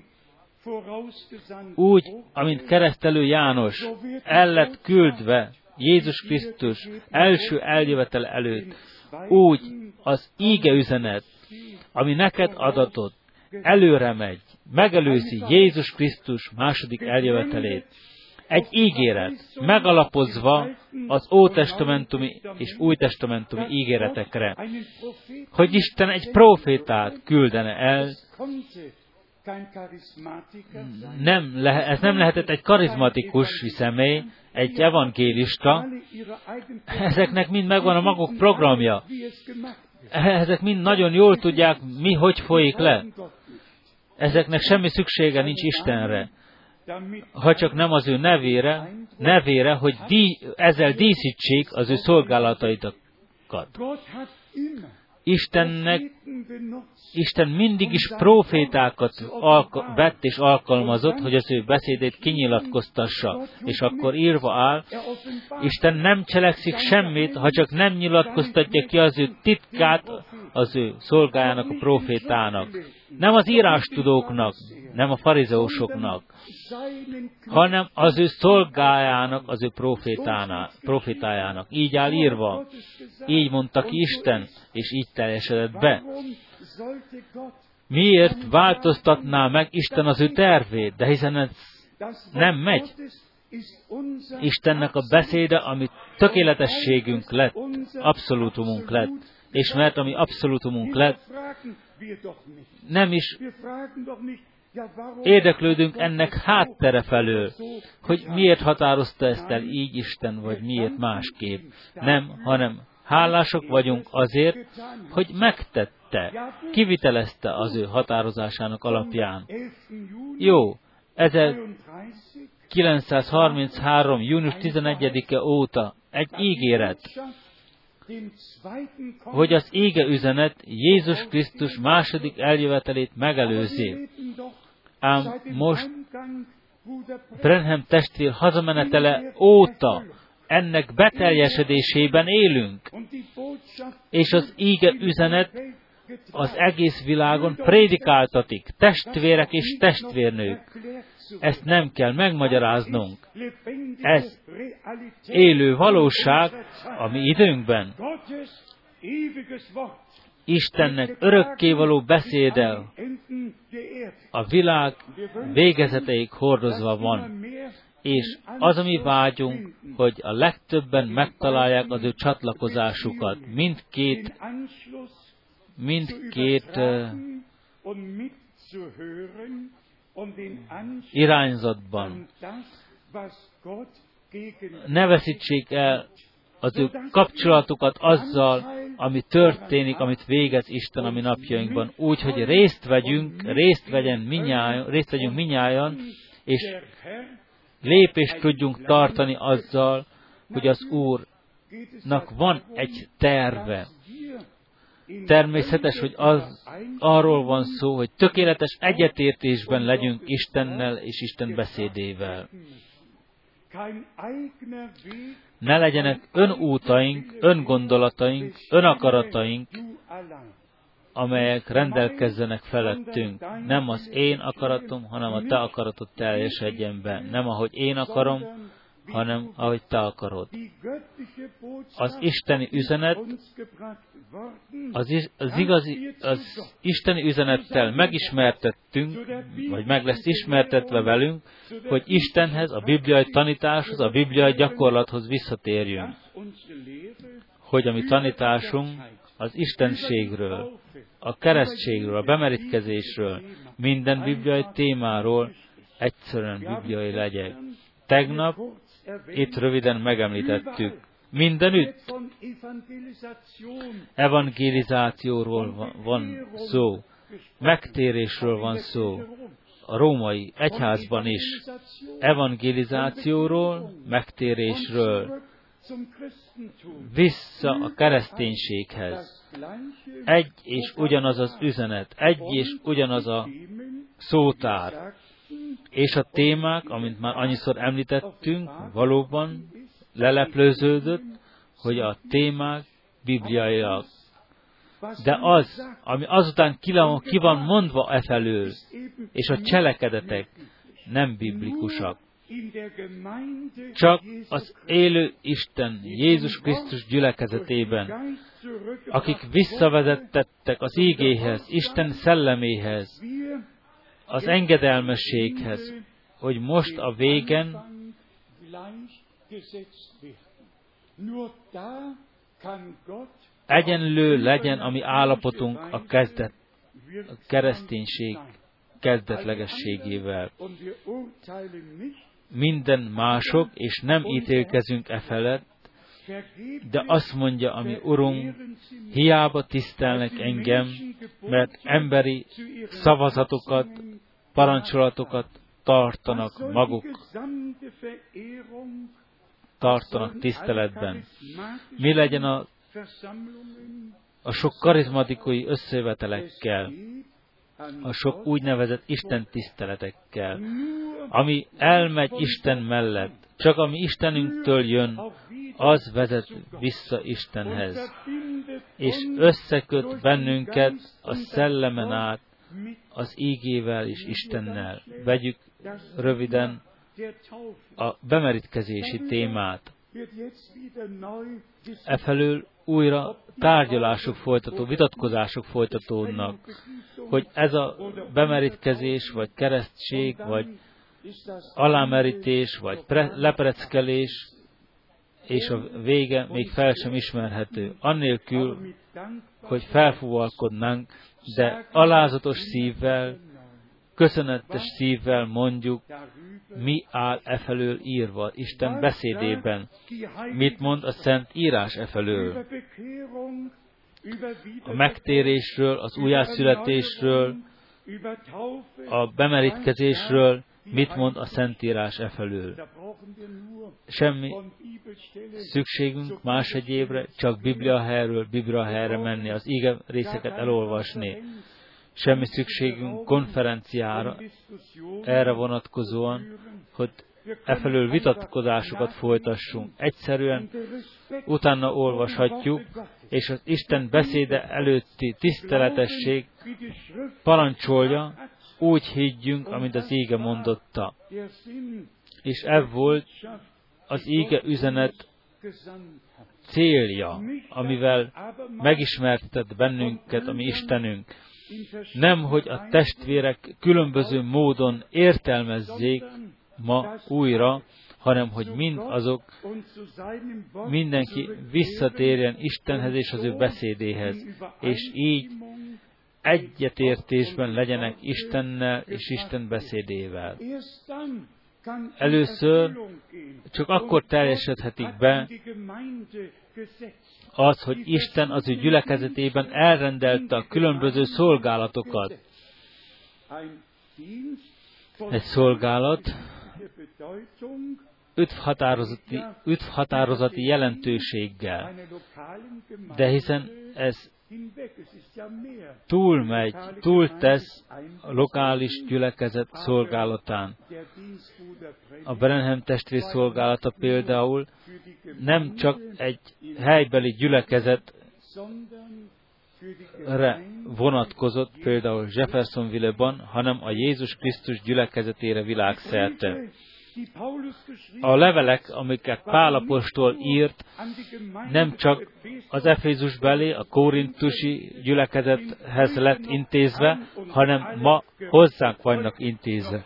Úgy, amint keresztelő János el lett küldve Jézus Krisztus első eljövetel előtt, úgy az íge üzenet, ami neked adatott, előre megy, megelőzi Jézus Krisztus második eljövetelét. Egy ígéret, megalapozva az ótestamentumi és újtestamentumi ígéretekre, hogy Isten egy prófétát küldene el. Ez nem lehetett egy karizmatikus személy, egy evangélista. Ezeknek mind megvan a maguk programja. Ezek mind nagyon jól tudják, hogy folyik le. Ezeknek semmi szüksége nincs Istenre. Ha csak nem az ő nevére, hogy ezzel díszítsék az ő szolgálataikat. Isten mindig is prófétákat vett és alkalmazott, hogy az ő beszédét kinyilatkoztassa. És akkor írva áll, Isten nem cselekszik semmit, ha csak nem nyilatkoztatja ki az ő titkát az ő szolgájának, a prófétának. Nem az írástudóknak, nem a farizeusoknak, hanem az ő szolgájának, az ő profétájának. Így áll írva. Így mondta ki Isten, és így teljesedett be. Miért változtatná meg Isten az ő tervét? De hiszen ez nem megy. Istennek a beszéde, ami tökéletességünk lett, abszolútumunk lett. és mert a mi abszolútumunk lett, nem is érdeklődünk ennek háttere felől, hogy miért határozta ezt el így Isten, vagy miért másképp. Nem, hanem hálások vagyunk azért, hogy megtette, kivitelezte az ő határozásának alapján. Jó, 1933. június 11-e óta egy ígéret, hogy az íge üzenet Jézus Krisztus második eljövetelét megelőzi. Ám most Branham testvér hazamenetele óta ennek beteljesedésében élünk, és az íge üzenet az egész világon prédikáltatik, testvérek és testvérnők. Ezt nem kell megmagyaráznunk. Ez élő valóság a mi időnkben. Istennek örökkévaló beszéde a világ végezeteig hordozva van. És az a mi vágyunk, hogy a legtöbben megtalálják az ő csatlakozásukat. Mindkét irányzatban. Ne veszítsék el az ő kapcsolatukat azzal, ami történik, amit végez Isten a mi napjainkban. Úgy, hogy részt vegyünk minnyájan, és lépést tudjunk tartani azzal, hogy az Úrnak van egy terve. Természetes, hogy arról van szó, hogy tökéletes egyetértésben legyünk Istennel és Isten beszédével. Ne legyenek önútaink, öngondolataink, önakarataink, amelyek rendelkezzenek felettünk. Nem az én akaratom, hanem a te akaratod teljesedjen be. Nem ahogy én akarom, hanem ahogy te akarod. Az isteni üzenet, az isteni üzenettel megismertettünk, vagy meg lesz ismertetve velünk, hogy Istenhez, a bibliai tanításhoz, a bibliai gyakorlathoz visszatérjünk. Hogy a mi tanításunk az istenségről, a keresztségről, a bemerítkezésről, minden bibliai témáról egyszerűen bibliai legyen. Tegnap itt röviden megemlítettük. Mindenütt evangelizációról van szó, megtérésről van szó. A római egyházban is evangelizációról, megtérésről, vissza a kereszténységhez. Egy és ugyanaz az üzenet, egy és ugyanaz a szótár. És a témák, amint már annyiszor említettünk, valóban leleplőződött, hogy a témák bibliaiak. De az, ami azután ki van mondva efelől, és a cselekedetek nem biblikusak. Csak az élő Isten Jézus Krisztus gyülekezetében, akik visszavezettettek az ígéhez, Isten szelleméhez, az engedelmességhez, hogy most a végen egyenlő legyen a mi állapotunk a kereszténység kezdetlegességével. Minden mások, és nem ítélkezünk e felett, de azt mondja a mi Urunk, hiába tisztelnek engem, mert emberi szavazatokat, parancsolatokat tartanak tiszteletben. Mi legyen a sok karizmatikai összejövetelekkel, a sok úgynevezett Isten tiszteletekkel, ami elmegy Isten mellett, csak ami Istenünktől jön, az vezet vissza Istenhez, és összeköt bennünket a szellemen át, az ígével és Istennel. Vegyük röviden a bemerítkezési témát. Efelől újra tárgyalások vitatkozások folytatódnak, hogy ez a bemerítkezés, vagy keresztség, vagy alámerítés, vagy lepereckelés, és a vége még fel sem ismerhető. Annélkül, hogy felfúvalkodnánk, de alázatos szívvel, köszönetes szívvel mondjuk, mi áll efelől írva Isten beszédében. Mit mond a Szent Írás efelől? A megtérésről, az újjászületésről, a bemerítkezésről, mit mond a Szentírás efelől? Semmi szükségünk más egyébre, csak Biblia helyre menni, az ige részeket elolvasni. Semmi szükségünk konferenciára, erre vonatkozóan, hogy efelől vitatkozásokat folytassunk. Egyszerűen utána olvashatjuk, és az Isten beszéde előtti tiszteletesség parancsolja, úgy higgyünk, amit az íge mondotta. És ez volt az íge üzenet célja, amivel megismertet bennünket a mi Istenünk. Nem, hogy a testvérek különböző módon értelmezzék ma újra, hanem hogy mindenki visszatérjen Istenhez és az ő beszédéhez, és így egyetértésben legyenek Istennel és Isten beszédével. Először csak akkor teljesedhetik be az, hogy Isten az ő gyülekezetében elrendelte a különböző szolgálatokat. Egy szolgálat öt határozati jelentőséggel. De hiszen ez túltesz a lokális gyülekezet szolgálatán. A Branham testvér szolgálata például nem csak egy helybeli gyülekezetre vonatkozott, például Jeffersonville-ban, hanem a Jézus Krisztus gyülekezetére világszerte. A levelek, amiket Pál apostol írt, nem csak az Efézusbeli, a korintusi gyülekezethez lett intézve, hanem ma hozzánk vannak intézve.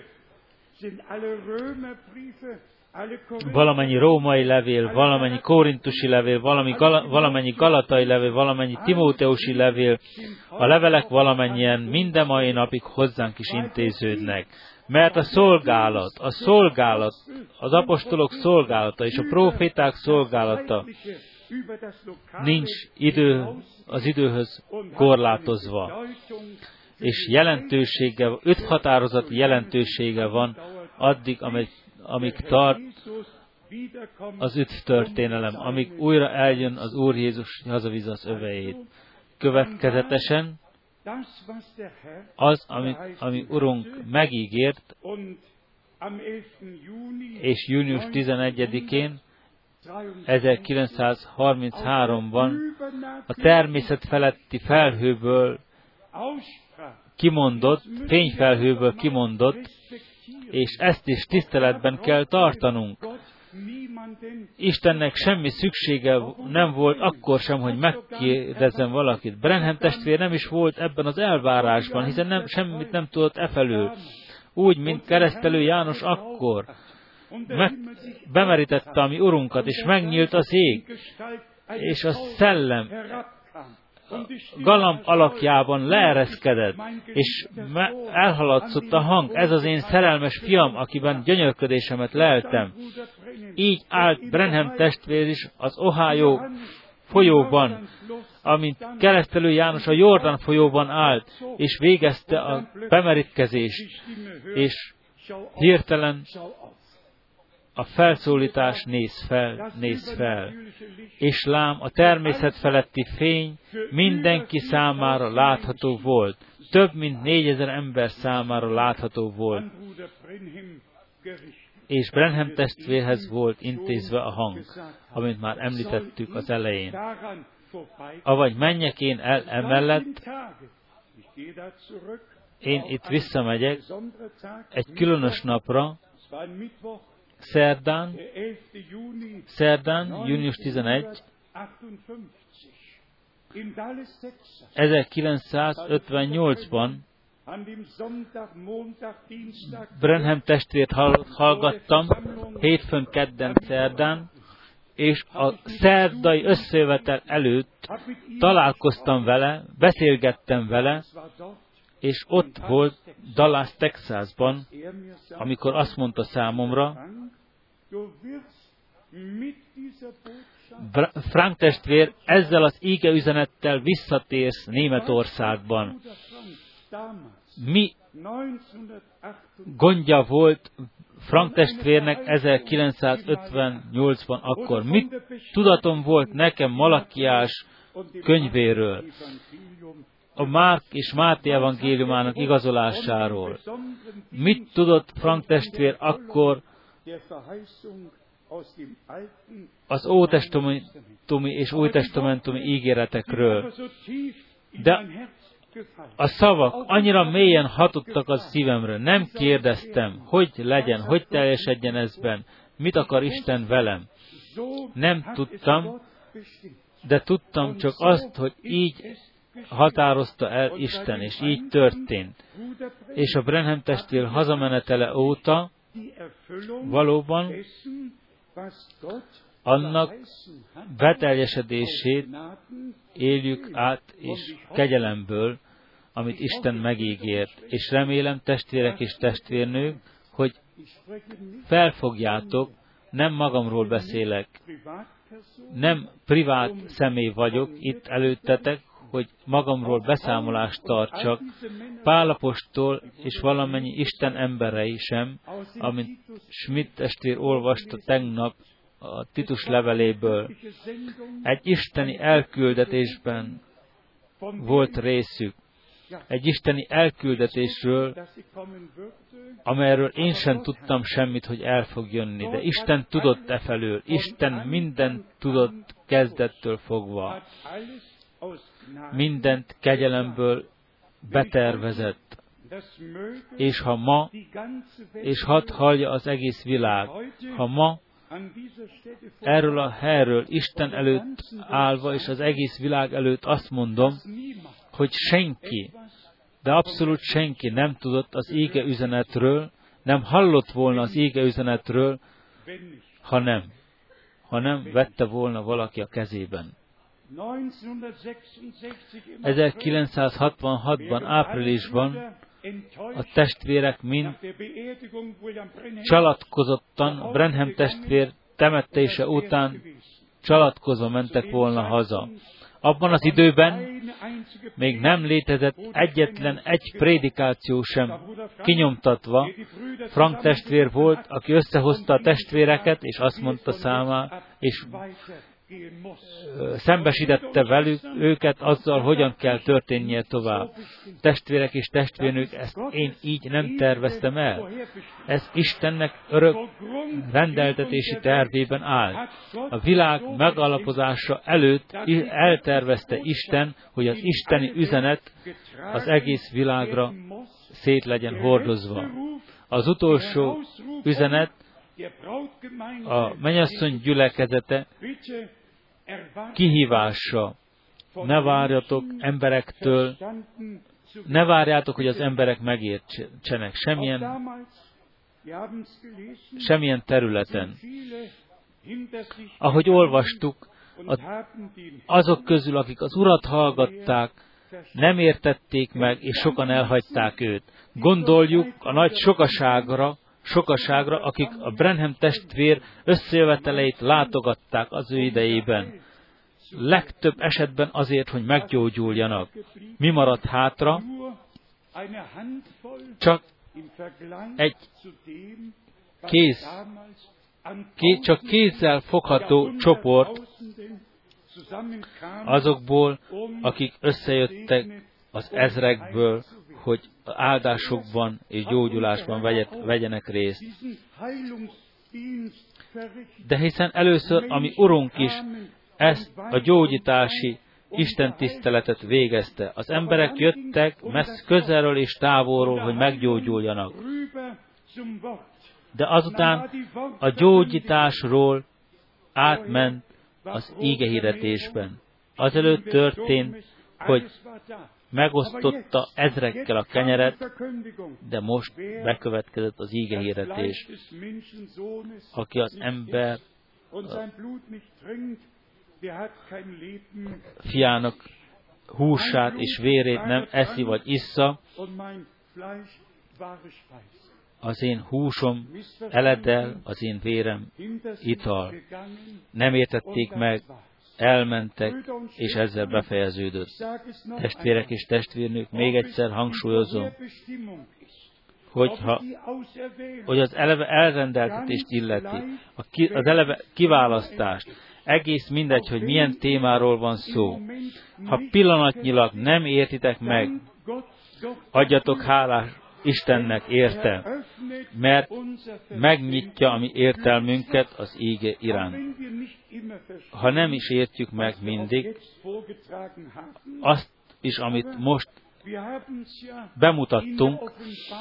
Valamennyi római levél, valamennyi korintusi levél, valamennyi galatai levél, valamennyi timóteusi levél, a levelek valamennyien minden mai napig hozzánk is intéződnek. Mert a szolgálat, az apostolok szolgálata és a proféták szolgálata nincs az időhöz korlátozva. És öt határozati jelentősége van addig, amíg tart az öt történelem, amíg újra eljön az Úr Jézus, hazavízza az öveit. Következetesen az, ami Urunk megígért, és június 11-én, 1933-ban a természet feletti felhőből kimondott, fényfelhőből kimondott, és ezt is tiszteletben kell tartanunk. Istennek semmi szüksége nem volt akkor sem, hogy megkérdezzen valakit. Branham testvér nem is volt ebben az elvárásban, hiszen semmit nem tudott efelől. Úgy, mint keresztelő János akkor. Bemerítette a mi Urunkat, és megnyílt az ég, és a szellem galamb alakjában leereszkedett, és elhaladszott a hang, ez az én szerelmes fiam, akiben gyönyörködésemet leltem. Így állt Branham testvér is az Ohio folyóban, amint keresztelő János a Jordán folyóban állt, és végezte a bemerítkezést, és hirtelen a felszólítás néz fel, és lám a természet feletti fény mindenki számára látható volt. Több mint 4000 ember számára látható volt. És Branham testvérhez volt intézve a hang, amit már említettük az elején. Avagy menjek én el emellett, én itt visszamegyek egy különös napra, szerdán, június 11, 1958-ban Branham testvért hallgattam, hétfőn, kedden, szerdán, és a szerdai összejövetel előtt találkoztam vele, beszélgettem vele, és ott volt Dallas, Texasban, amikor azt mondta számomra, Frank testvér, ezzel az íge üzenettel visszatérsz Németországban. Mi gondja volt Frank testvérnek 1958-ban akkor? Mit tudatom volt nekem Malakiás könyvéről, a Márk és Máté evangéliumának igazolásáról? Mit tudott Frank testvér akkor az ótestamentumi és újtestamentumi ígéretekről? De a szavak annyira mélyen hatottak a szívemre. Nem kérdeztem, hogy legyen, hogy teljesedjen ezben, mit akar Isten velem. Nem tudtam, de tudtam csak azt, hogy így határozta el Isten, és így történt. És a Branham testvér hazamenetele óta valóban annak beteljesedését éljük át, és kegyelemből, amit Isten megígért. És remélem, testvérek és testvérnők, hogy felfogjátok, nem magamról beszélek, nem privát személy vagyok itt előttetek, hogy magamról beszámolást tartsak, Pál apostol és valamennyi Isten emberei sem, amint Schmidt testvér olvasta tegnap a Titus leveléből. Egy isteni elküldetésben volt részük. Egy isteni elküldetésről, amelyről én sem tudtam semmit, hogy el fog jönni. De Isten tudott efelől. Isten mindent tudott kezdettől fogva. Mindent kegyelemből betervezett. És ha ma, és hadd hallja az egész világ, ha ma erről a helyről Isten előtt állva, és az egész világ előtt azt mondom, hogy senki, de abszolút senki nem tudott az ége üzenetről, nem hallott volna az ége üzenetről, ha nem vette volna valaki a kezében. 1966-ban, áprilisban a testvérek mind csalatkozottan, Branham testvér temetése után csalatkozva mentek volna haza. Abban az időben még nem létezett egyetlen egy prédikáció sem kinyomtatva. Frank testvér volt, aki összehozta a testvéreket, és azt mondta számára, és szembesítette velük őket azzal, hogyan kell történnie tovább. Testvérek és testvérnők, ezt én így nem terveztem el. Ez Istennek örök rendeltetési tervében áll. A világ megalapozása előtt eltervezte Isten, hogy az isteni üzenet az egész világra szét legyen hordozva. Az utolsó üzenet, a mennyasszony gyülekezete kihívása. Ne várjatok emberektől, ne várjátok, hogy az emberek megértsenek semmilyen területen. Ahogy olvastuk, azok közül, akik az Urat hallgatták, nem értették meg, és sokan elhagyták őt. Gondoljuk a nagy sokaságra, akik a Branham testvér összejöveteleit látogatták az ő idejében. Legtöbb esetben azért, hogy meggyógyuljanak. Mi maradt hátra? Csak egy csak kézzel fogható csoport azokból, akik összejöttek az ezrekből, hogy áldásokban és gyógyulásban vegyenek részt. De hiszen először, ami Urunk is ezt a gyógyítási Isten tiszteletet végezte. Az emberek jöttek közelről és távolról, hogy meggyógyuljanak. De azután a gyógyításról átment az ígehirdetésben. Azelőtt történt, hogy megosztotta ezrekkel a kenyeret, de most bekövetkezett az ígehirdetés. Aki az ember fiának húsát és vérét nem eszi vagy issza, az én húsom eledel, az én vérem ital. Nem értették meg, elmentek, és ezzel befejeződött. Testvérek és testvérnők, még egyszer hangsúlyozom, hogy az eleve elrendeltetést illeti, az eleve kiválasztást, egész mindegy, hogy milyen témáról van szó. Ha pillanatnyilag nem értitek meg, adjatok hálás Istennek érte, mert megnyitja a mi értelmünket az íge iránt. Ha nem is értjük meg mindig, azt is, amit most bemutattunk,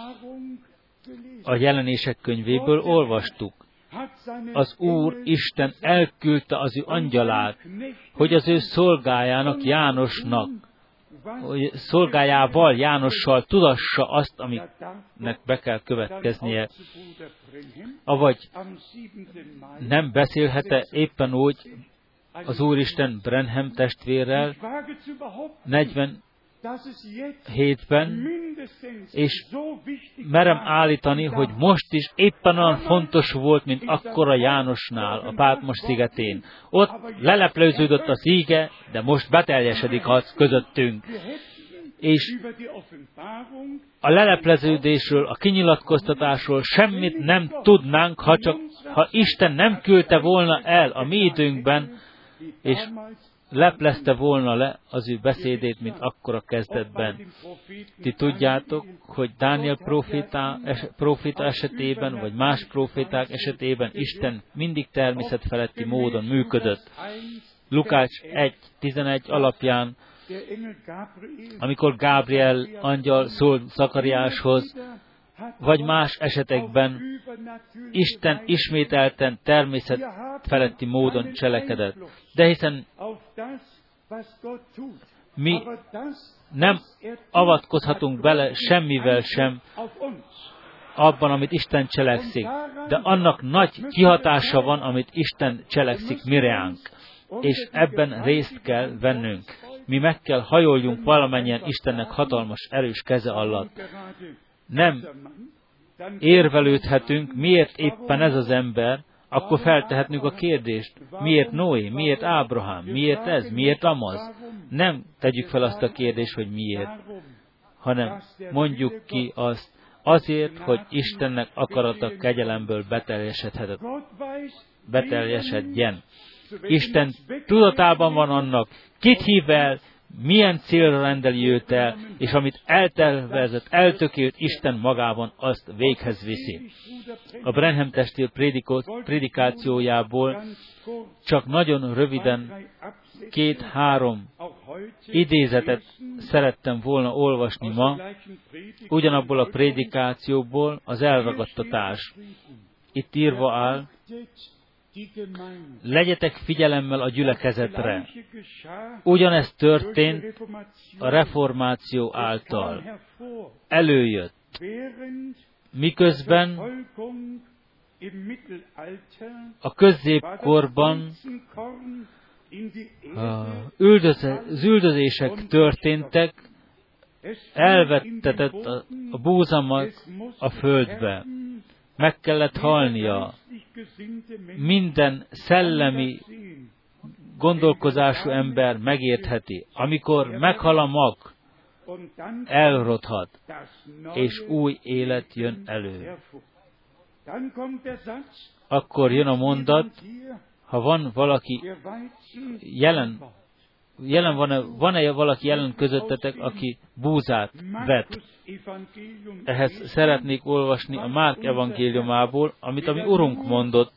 a Jelenések könyvéből olvastuk. Az Úr Isten elküldte az ő angyalát, hogy az ő szolgájának Jánosnak, hogy szolgájával, Jánossal tudassa azt, aminek be kell következnie. Avagy nem beszélhet-e éppen úgy az Úristen Branham testvérrel 47-ben, és merem állítani, hogy most is éppen olyan fontos volt, mint akkora Jánosnál, a Pátmos szigetén. Ott lelepleződött az íge, de most beteljesedik az közöttünk. És a lelepleződésről, a kinyilatkoztatásról semmit nem tudnánk, ha Isten nem küldte volna el a mi időnkben, és leplezte volna le az ő beszédét, mint akkora kezdetben. Ti tudjátok, hogy Dániel próféta esetében, vagy más próféták esetében Isten mindig természetfeletti módon működött. Lukács 1.11 alapján, amikor Gábriel angyal szólt Zakariáshoz, vagy más esetekben Isten ismételten természetfeletti módon cselekedett. De hiszen mi nem avatkozhatunk bele semmivel sem abban, amit Isten cselekszik, de annak nagy kihatása van, amit Isten cselekszik mireánk, és ebben részt kell vennünk. Mi meg kell hajoljunk valamennyien Istennek hatalmas, erős keze alatt. Nem érvelődhetünk, miért éppen ez az ember, akkor feltehetnünk a kérdést, miért Noé, miért Ábrahám, miért ez, miért amaz. Nem tegyük fel azt a kérdést, hogy miért, hanem mondjuk ki azt, azért, hogy Istennek akarata kegyelemből beteljesedjen. Isten tudatában van annak, kit hív el, milyen célra rendeli őt el, és amit eltervezett, eltökélt Isten magában, azt véghez viszi. A Branham testvér prédikációjából csak nagyon röviden 2-3 idézetet szerettem volna olvasni ma, ugyanabból a prédikációból az elragadtatás. Itt írva áll, legyetek figyelemmel a gyülekezetre. Ugyanezt történt a reformáció által. Előjött. Miközben a középkorban az üldözések történtek, elvettetett a búzamat a földbe. Meg kellett halnia. Minden szellemi gondolkozású ember megértheti. Amikor meghal a mag, elrothat, és új élet jön elő. Akkor jön a mondat, ha van valaki van-e valaki jelen közöttetek, aki búzát vet? Ehhez szeretnék olvasni a Márk evangéliumából, amit a mi Urunk mondott.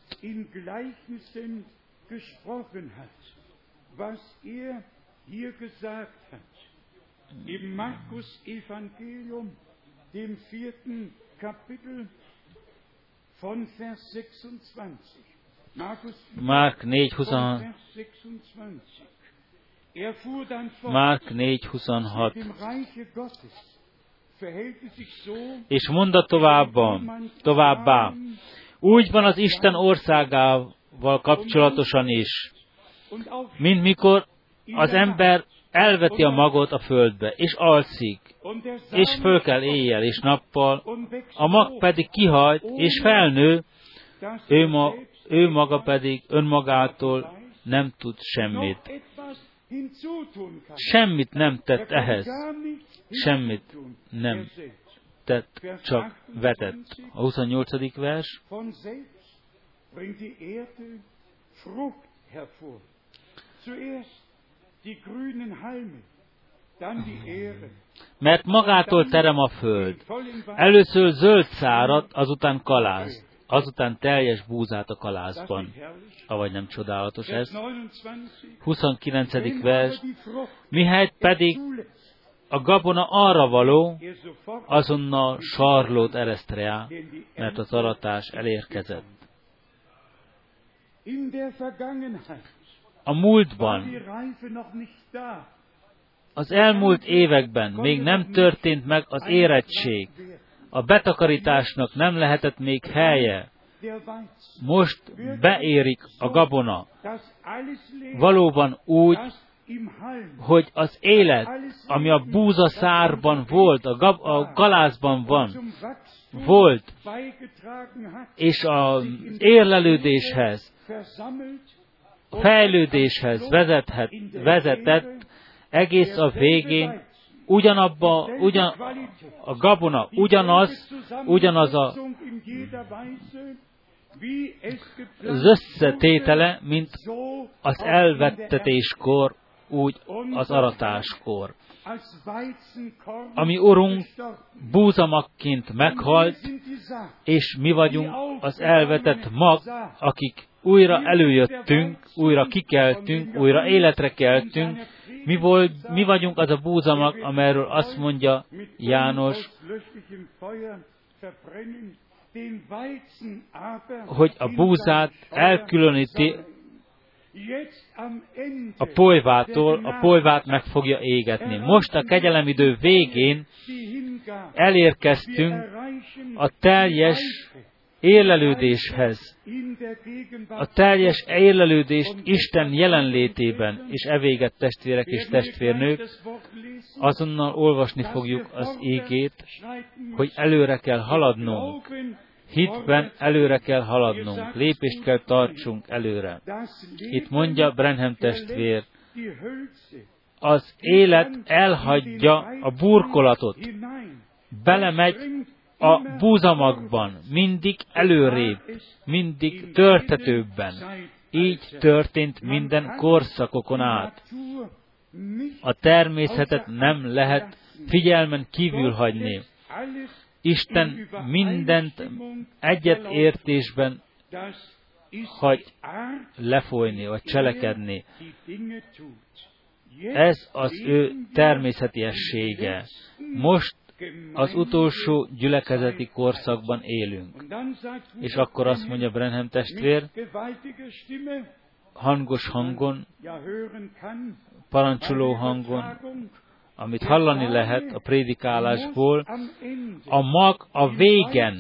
Márk 4.26. Márk 4.26. És mondta továbbá, úgy van az Isten országával, magával kapcsolatosan is. Mint mikor az ember elveti a magot a földbe, és alszik, és föl kell éjjel és nappal, a mag pedig kihajt, és felnő, ő maga pedig önmagától nem tud semmit. Semmit nem tett ehhez. Semmit nem tett, csak vetett. A 28. vers. Mert magától terem a föld. Először zöld szárat, azután kalázt, azután teljes búzát a kalászban. Avagy nem csodálatos ez? 29. vers. Mihelyt pedig a gabona arra való, azonnal sarlót ereszt rá, mert az aratás elérkezett. A múltban, az elmúlt években még nem történt meg az érettség. A betakarításnak nem lehetett még helye. Most beérik a gabona. Valóban úgy, hogy az élet, ami a búzaszárban volt, a galászban van, volt, és az érlelődéshez, fejlődéshez vezetett, egész a végén a gabona ugyanaz az összetétele, mint az elvettetéskor, úgy az aratáskor. Ami Urunk búzamagként meghalt, és mi vagyunk az elvetett mag, akik újra előjöttünk, újra kikeltünk, újra életre keltünk. Mi vagyunk az a búzamag, amelyről azt mondja János, hogy a búzát elkülöníti a polyvától, a polyvát meg fogja égetni. Most a kegyelemidő végén elérkeztünk a teljes érlelődéshez. A teljes érlelődést Isten jelenlétében, és evéget testvérek és testvérnők, azonnal olvasni fogjuk az ígét, hogy előre kell haladnunk. Hitben előre kell haladnunk, lépést kell tartsunk előre. Itt mondja Branham testvér, az élet elhagyja a burkolatot, belemegy a búzamagban, mindig előrébb, mindig törtetőbben. Így történt minden korszakokon át. A természetet nem lehet figyelmen kívül hagyni. Isten mindent egyetértésben hagy lefolyni, vagy cselekedni. Ez az ő természetiessége. Most az utolsó gyülekezeti korszakban élünk. És akkor azt mondja Branham testvér, hangos hangon, parancsoló hangon, amit hallani lehet a prédikálásból, a mag a végen,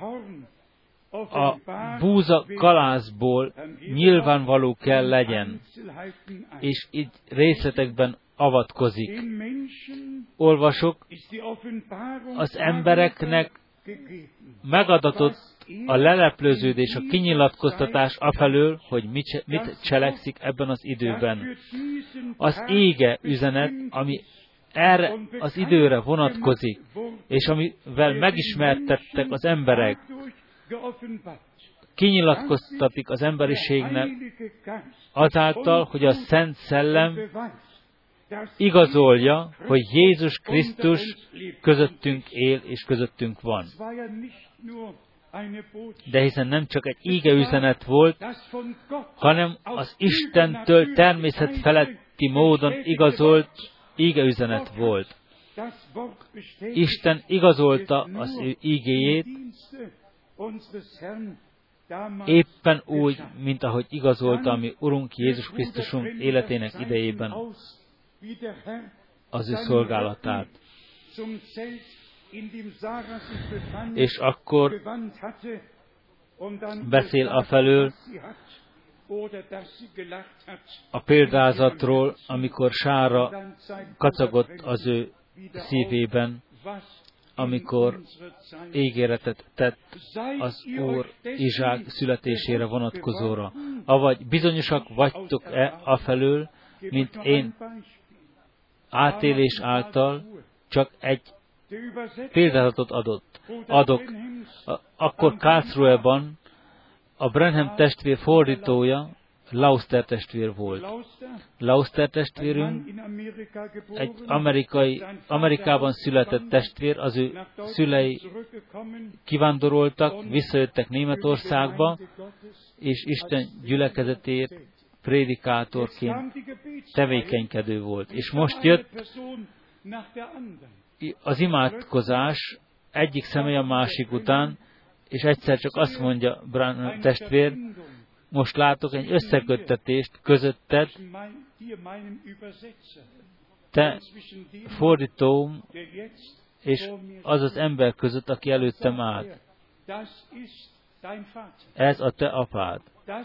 a búza kalászból nyilvánvaló kell legyen, és így részletekben avatkozik. Olvasok, az embereknek megadatott a lelepleződés, a kinyilatkoztatás afelől, hogy mit cselekszik ebben az időben. Az ége üzenet, ami erre az időre vonatkozik, és amivel megismertettek az emberek, kinyilatkoztatik az emberiségnek azáltal, hogy a Szent Szellem igazolja, hogy Jézus Krisztus közöttünk él és közöttünk van. De hiszen nem csak egy ígeüzenet volt, hanem az Istentől természet feletti módon igazolt ígeüzenet volt. Isten igazolta az ő ígéjét, éppen úgy, mint ahogy igazolta a mi Urunk Jézus Krisztusunk életének idejében az ő szolgálatát. És akkor beszél afelől, a példázatról, amikor sárra kacagott az ő szívében, amikor ígéretet tett az Úr Izsák születésére vonatkozóra. Avagy bizonyosak vagytok-e afelől, mint én átélés által csak egy példázatot adok. Akkor Karlsruhe-ban a Branham testvér fordítója Lauster testvér volt. Lauster testvérünk egy Amerikában született testvér, az ő szülei kivándoroltak, visszajöttek Németországba, és Isten gyülekezetért prédikátorként tevékenykedő volt. És most jött az imádkozás egyik személy a másik után, és egyszer csak azt mondja Branham testvér, most látok egy összeköttetést közötted, te fordítóm, és az az ember között, aki előttem állt. Ez a te apád.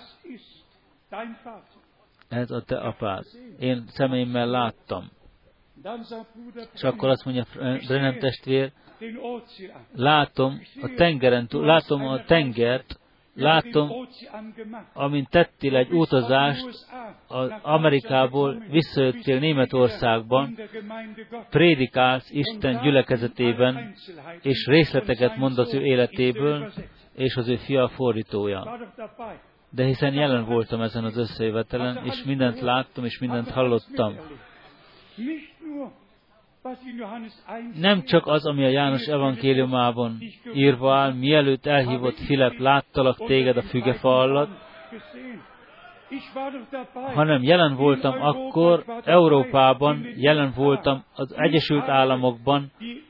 Ez a te apád. Én szemeimmel láttam. És akkor azt mondja Branham testvér, látom a tengeren, látom a tengert, látom, amint tettél egy utazást az Amerikából, visszajöttél Németországban, prédikálsz Isten gyülekezetében, és részleteket mond az ő életéből, és az ő fia fordítója. De hiszen jelen voltam ezen az összejövetelen, és mindent láttam, és mindent hallottam. Nem csak az, ami a János evangéliumában írva áll, mielőtt elhívott Filip, láttalak téged a fügefa alatt, hanem jelen voltam akkor, Európában, jelen voltam az Egyesült Államokban,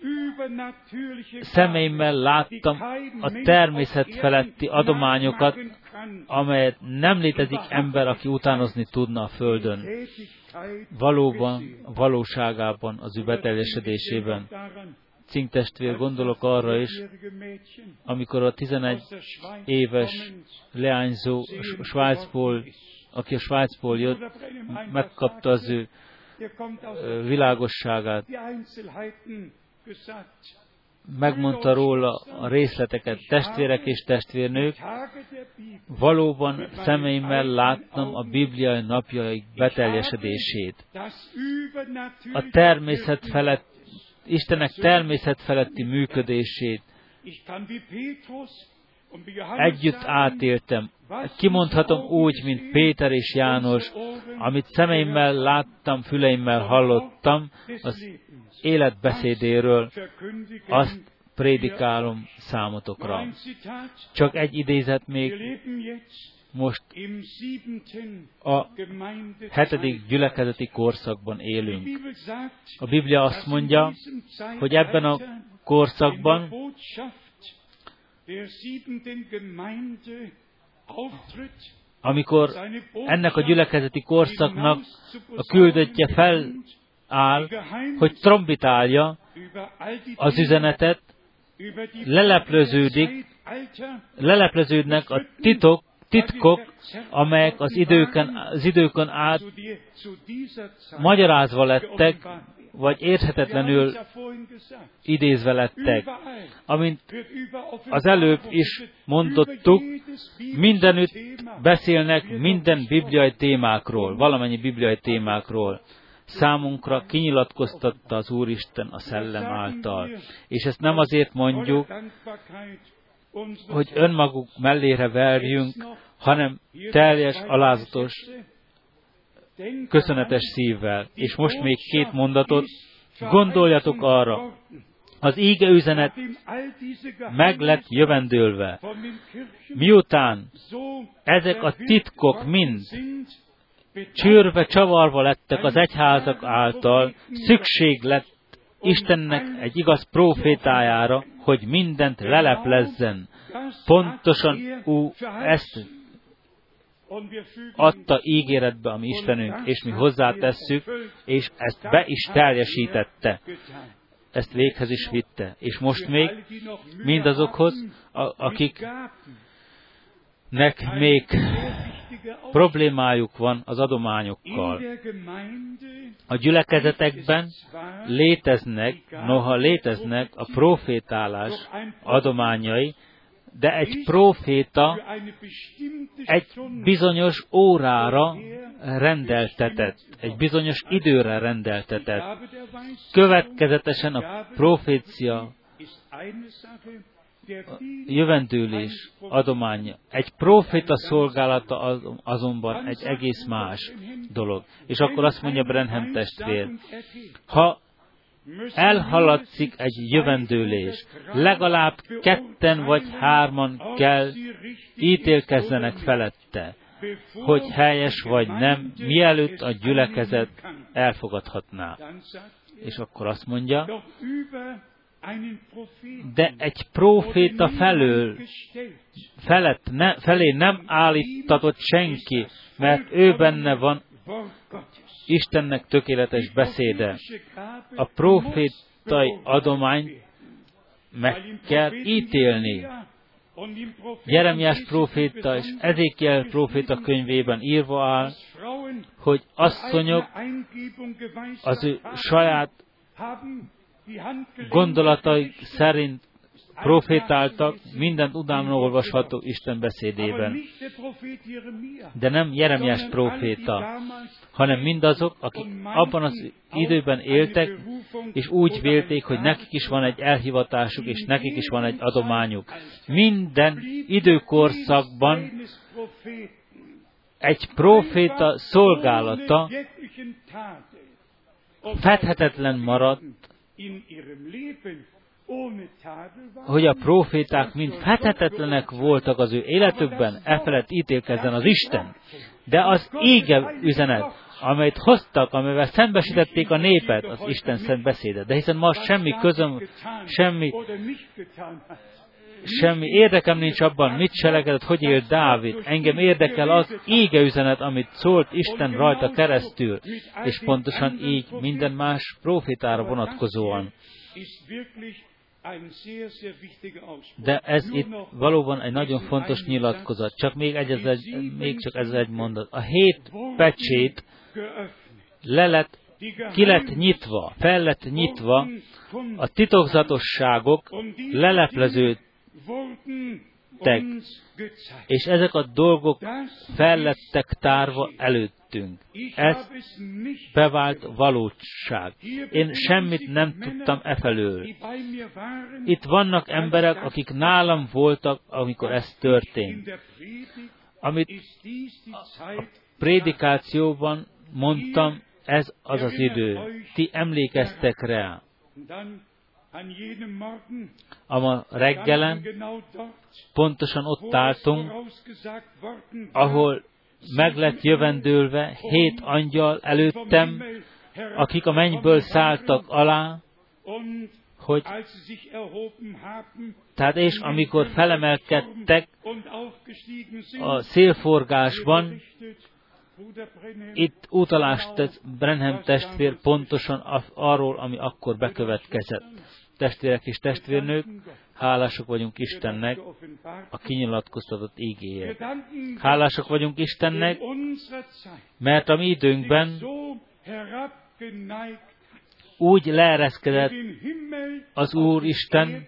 szemeimmel láttam a természet feletti adományokat, amelyet nem létezik ember, aki utánozni tudna a Földön. Valóban, valóságában, az ő beteljesedésében. Cinktestvér, gondolok arra is, amikor a 11 éves leányzó Svájcból, aki a Svájcból jött, megkapta az ő világosságát. Megmondta róla a részleteket, testvérek és testvérnők, valóban szemeimmel láttam a bibliai napjaik beteljesedését. A természet felett, Istennek természet feletti működését együtt átéltem. Kimondhatom úgy, mint Péter és János, amit szemeimmel láttam, füleimmel hallottam, az életbeszédéről, azt prédikálom számotokra. Csak egy idézet még, most a 7. gyülekezeti korszakban élünk. A Biblia azt mondja, hogy ebben a korszakban amikor ennek a gyülekezeti korszaknak a küldöttje feláll, hogy trombitálja az üzenetet, lelepleződnek a titkok, amelyek az időkön át magyarázva lettek, vagy érthetetlenül idézve lettek. Amint az előbb is mondottuk, mindenütt beszélnek minden bibliai témákról, valamennyi bibliai témákról. Számunkra kinyilatkoztatta az Úristen a Szellem által. És ezt nem azért mondjuk, hogy önmaguk mellére verjünk, hanem teljes, alázatos, köszönetes szívvel. És most még 2 mondatot, gondoljatok arra, az íge üzenet meg lett jövendőlve. Miután ezek a titkok mind csőrve, csavarva lettek az egyházak által, szükség lett Istennek egy igaz prófétájára, hogy mindent leleplezzen. Pontosan ezt adta ígéretbe a mi Istenünk, és mi hozzátesszük, és ezt be is teljesítette. Ezt véghez is vitte. És most még mindazokhoz, akiknek még problémájuk van az adományokkal. A gyülekezetekben léteznek a profétálás adományai, de egy próféta egy bizonyos órára rendeltetett, egy bizonyos időre rendeltetett. Következetesen a profécia, jövendőlés adománya. Egy próféta szolgálata azonban egy egész más dolog. És akkor azt mondja Branham testvér, ha elhaladszik egy jövendőlés, legalább 2 vagy 3 kell ítélkezzenek felette, hogy helyes vagy nem, mielőtt a gyülekezet elfogadhatná. És akkor azt mondja, de egy próféta felé nem állítatott senki, mert ő benne van Istennek tökéletes beszéde. A prófétai adományt meg kell ítélni. Jeremiás próféta és Ezékiel próféta könyvében írva áll, hogy asszonyok az ő saját gondolatai szerint profétáltak, mindent utána olvasható Isten beszédében. De nem Jeremiás próféta, hanem mindazok, akik abban az időben éltek, és úgy vélték, hogy nekik is van egy elhivatásuk, és nekik is van egy adományuk. Minden időkorszakban egy próféta szolgálata fedhetetlen maradt, hogy a próféták mind fedhetetlenek voltak az ő életükben, efelett ítélkezzen az Isten. De az ége üzenet, amelyet hoztak, amivel szembesítették a népet, az Isten szent beszéde. De hiszen ma semmi közöm, semmi érdekem nincs abban, mit cselekedett, hogy élt Dávid. Engem érdekel az ége üzenet, amit szólt Isten rajta keresztül, és pontosan így minden más prófétára vonatkozóan. De ez itt valóban egy nagyon fontos nyilatkozat. Csak csak ez egy mondat. A 7 pecsét ki lett nyitva, fel lett nyitva, a titokzatosságok lelepleződtek, és ezek a dolgok fel lettek tárva előttünk. Ez bevált valóság. Én semmit nem tudtam efelől. Itt vannak emberek, akik nálam voltak, amikor ez történt. Amit a prédikációban mondtam, ez az az idő. Ti emlékeztek rá. A ma reggelen pontosan ott álltunk, ahol meg lett jövendőlve 7 angyal előttem, akik a mennyből szálltak alá, hogy tehát és amikor felemelkedtek a szélforgásban, itt utalást tett Branham testvér pontosan arról, ami akkor bekövetkezett. Testvérek és testvérnők, hálások vagyunk Istennek a kinyilatkoztatott ígéért. Hálások vagyunk Istennek, mert a mi időnkben úgy leereszkedett az Úr Isten,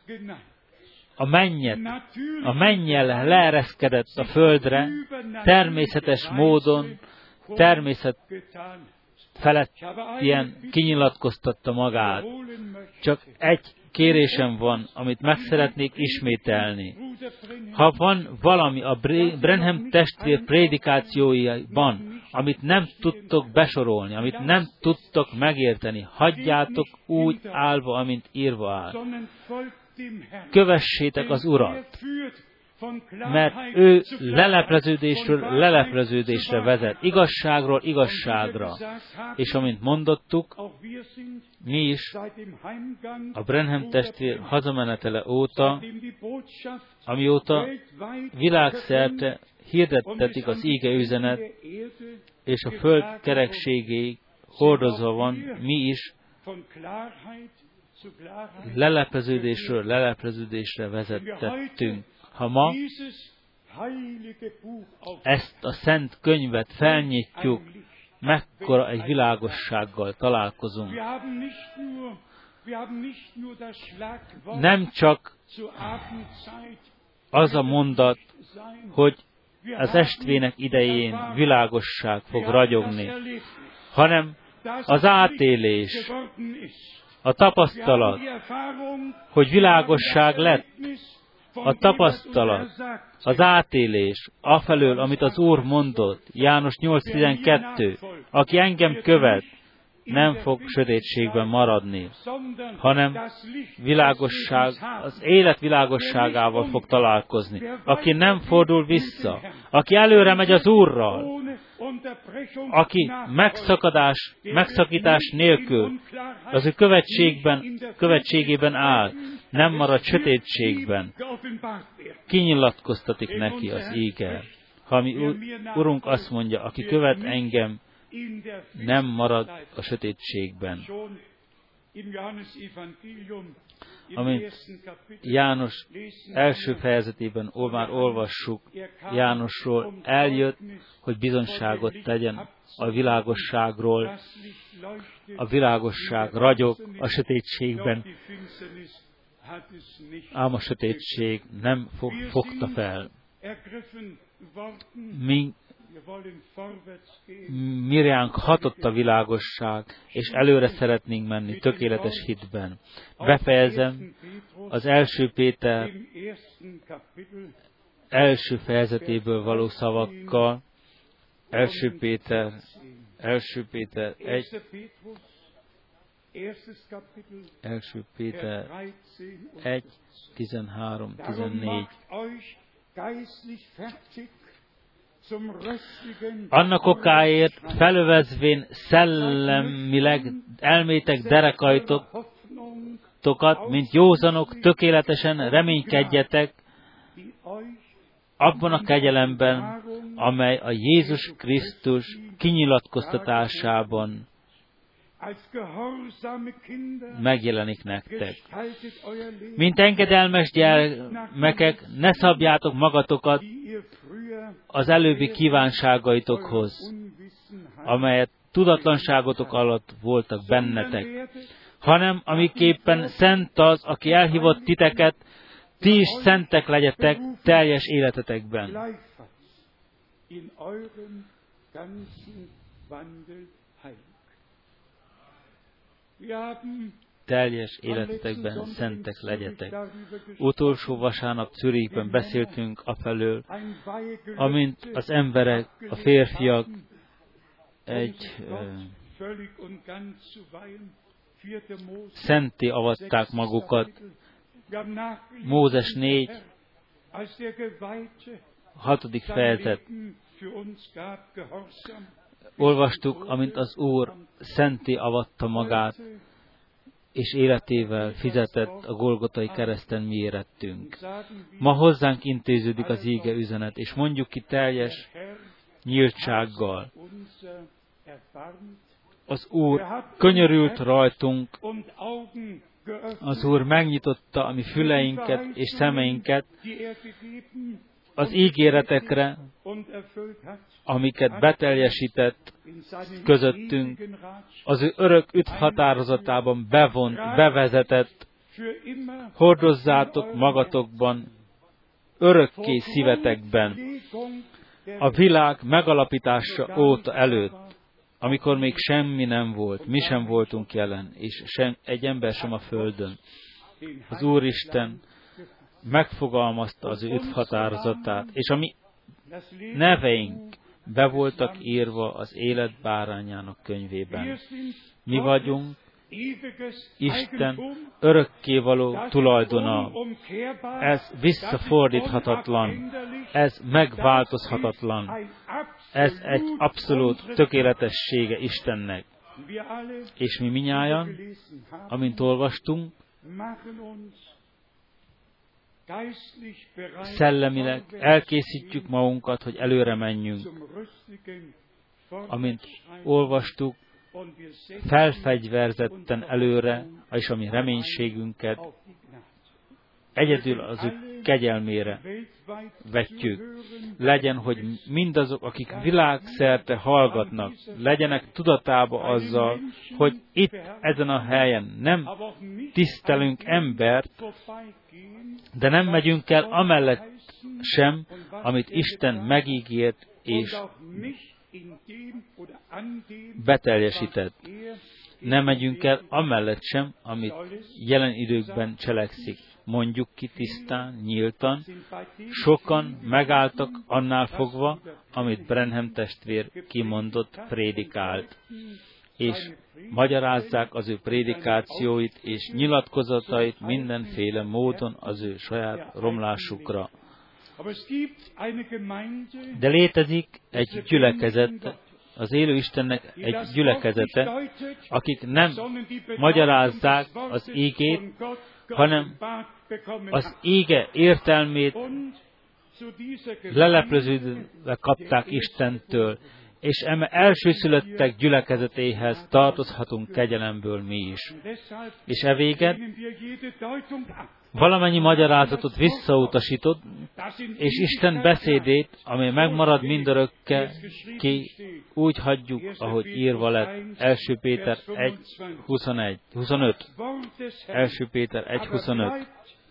a mennyel leereszkedett a földre, természetes módon, természet felett ilyen kinyilatkoztatta magát. Csak egy kérésem van, amit meg szeretnék ismételni. Ha van valami a Branham testvér prédikációiban, amit nem tudtok besorolni, amit nem tudtok megérteni, hagyjátok úgy állva, amint írva áll. Kövessétek az Urat, mert ő lelepleződésre vezet, igazságról igazságra. És amint mondottuk, mi is a Branham testvér hazamenetele óta, amióta világszerte hirdettetik az íge üzenet, és a föld kerekségéig hordozva van, mi is lelepleződésre vezettettünk. Ha ma ezt a szent könyvet felnyitjuk, mekkora egy világossággal találkozunk. Nem csak az a mondat, hogy az estvének idején világosság fog ragyogni, hanem az átélés, a tapasztalat, hogy világosság lett, a tapasztalat, az átélés, afelől, amit az Úr mondott, János 8:12, aki engem követ, nem fog sötétségben maradni, hanem világosság, az élet világosságával fog találkozni. Aki nem fordul vissza, aki előre megy az Úrral, aki megszakítás nélkül az ő követségében áll, nem marad sötétségben, kinyilatkoztatik neki az íge. Ha mi Urunk azt mondja, aki követ engem, nem marad a sötétségben. Amint János első fejezetében már olvassuk, Jánosról eljött, hogy bizonyságot tegyen a világosságról. A világosság ragyog a sötétségben, ám a sötétség nem fogta fel. Mi ránk hatott a világosság, és előre szeretnénk menni tökéletes hitben. Befejezem az 1 Péter első fejezetéből való szavakkal. 1 Péter 1, 13, 14. Annak okáért felövezvén szellemileg elmétek derekajtokat, mint józanok, tökéletesen reménykedjetek abban a kegyelemben, amely a Jézus Krisztus kinyilatkoztatásában megjelenik nektek. Mint engedelmes gyermekek, ne szabjátok magatokat az előbbi kívánságaitokhoz, amelyet tudatlanságotok alatt voltak bennetek, hanem amiképpen szent az, aki elhívott titeket, ti is szentek legyetek teljes életetekben. Teljes életetekben szentek legyetek. Utolsó vasárnap Zürichben beszéltünk afelől, amint az emberek, a férfiak szenté avatták magukat. Mózes 4, 6. fejezet. Olvastuk, amint az Úr szenté avatta magát, és életével fizetett a Golgotai kereszten mi érettünk. Ma hozzánk intéződik az íge üzenet, és mondjuk ki teljes nyíltsággal. Az Úr könyörült rajtunk, az Úr megnyitotta a mi füleinket és szemeinket az ígéretekre, amiket beteljesített közöttünk, az ő örök üdvhatározatában bevezetett, hordozzátok magatokban, örökké szívetekben, a világ megalapítása óta előtt, amikor még semmi nem volt, mi sem voltunk jelen, és egy ember sem a földön. Az Úristen megfogalmazta az ő üdvhatározatát, és a mi neveink be voltak írva az élet bárányának könyvében. Mi vagyunk Isten örökkévaló tulajdona. Ez visszafordíthatatlan, ez megváltozhatatlan, ez egy abszolút tökéletessége Istennek. És mi minnyájan, amint olvastunk, szellemileg elkészítjük magunkat, hogy előre menjünk. Amint olvastuk, felfegyverzetten előre, és a mi reménységünket egyedül az ő kegyelmére vetjük. Legyen, hogy mindazok, akik világszerte hallgatnak, legyenek tudatában azzal, hogy itt, ezen a helyen nem tisztelünk embert, de nem megyünk el amellett sem, amit Isten megígért és beteljesített. Nem megyünk el amellett sem, amit jelen időkben cselekszik. Mondjuk ki tisztán, nyíltan, sokan megálltak annál fogva, amit Branham testvér kimondott, prédikált, és magyarázzák az ő prédikációit és nyilatkozatait mindenféle módon az ő saját romlásukra. De létezik egy gyülekezet, az élő Istennek egy gyülekezete, akik nem magyarázzák az ígét, hanem az íge értelmét lelepleződve kapták Istentől, és eme elsőszülöttek gyülekezetéhez tartozhatunk kegyelemből mi is. És evéget valamennyi magyarázatot visszautasított, és Isten beszédét, amely megmarad mindörökké, ki úgy hagyjuk, ahogy írva lett. 1. Péter 1.25. 1. Péter 1.25.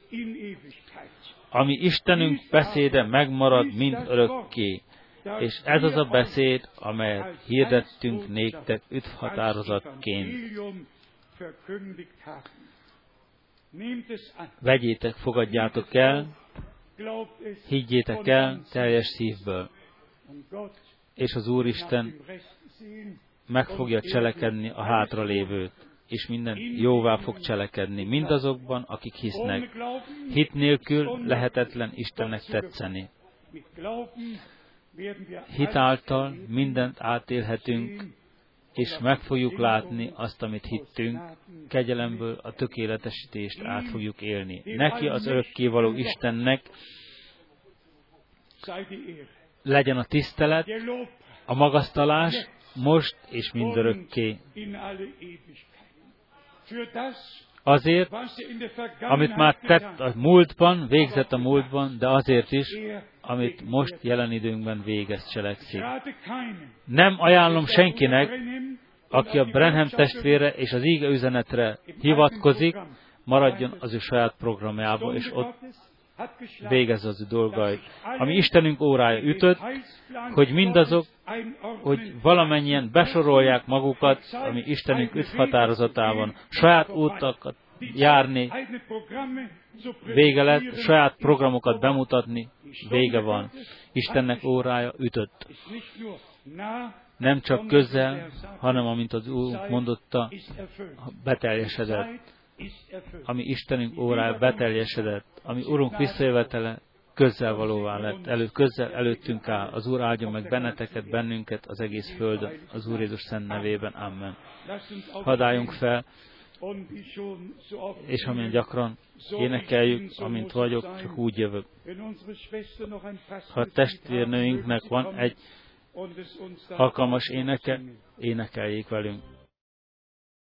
Ami Istenünk beszéde megmarad mindörökké. És ez az a beszéd, amelyet hirdettünk néktek üdvhatározatként. Vegyétek, fogadjátok el, higgyétek el teljes szívből, és az Úristen meg fogja cselekedni a hátralévőt, és minden jóvá fog cselekedni mindazokban, akik hisznek. Hit nélkül lehetetlen Istennek tetszeni. Hit által mindent átélhetünk, és meg fogjuk látni azt, amit hittünk, kegyelemből a tökéletesítést át fogjuk élni. Neki, az örökkévaló Istennek legyen a tisztelet, a magasztalás, most és mindörökké. Azért, amit már tett a múltban, végzett a múltban, de azért is, amit most jelen időnkben végez, cselekszik. Nem ajánlom senkinek, aki a Branham testvére és az íge üzenetre hivatkozik, maradjon az ő saját programjába, és ott végezze az ő dolgait. Ami Istenünk órája ütött, hogy mindazok, hogy valamennyien besorolják magukat, ami Istenünk üdvhatározatában, saját útakat járni, vége lett, saját programokat bemutatni, vége van. Istennek órája ütött. Nem csak közel, hanem amint az Úr mondotta, beteljesedett. Ami Istenünk órája beteljesedett, ami Urunk visszajövetele közel valóvá lett, közel előttünk áll. Az Úr áldjon meg benneteket, bennünket, az egész földön, az Úr Jézus szent nevében. Amen. Hadd álljunk fel, és amilyen gyakran énekeljük, amint vagyok, csak úgy jövök. Ha a testvérnőinknek van egy alkalmas éneke, énekeljék velünk.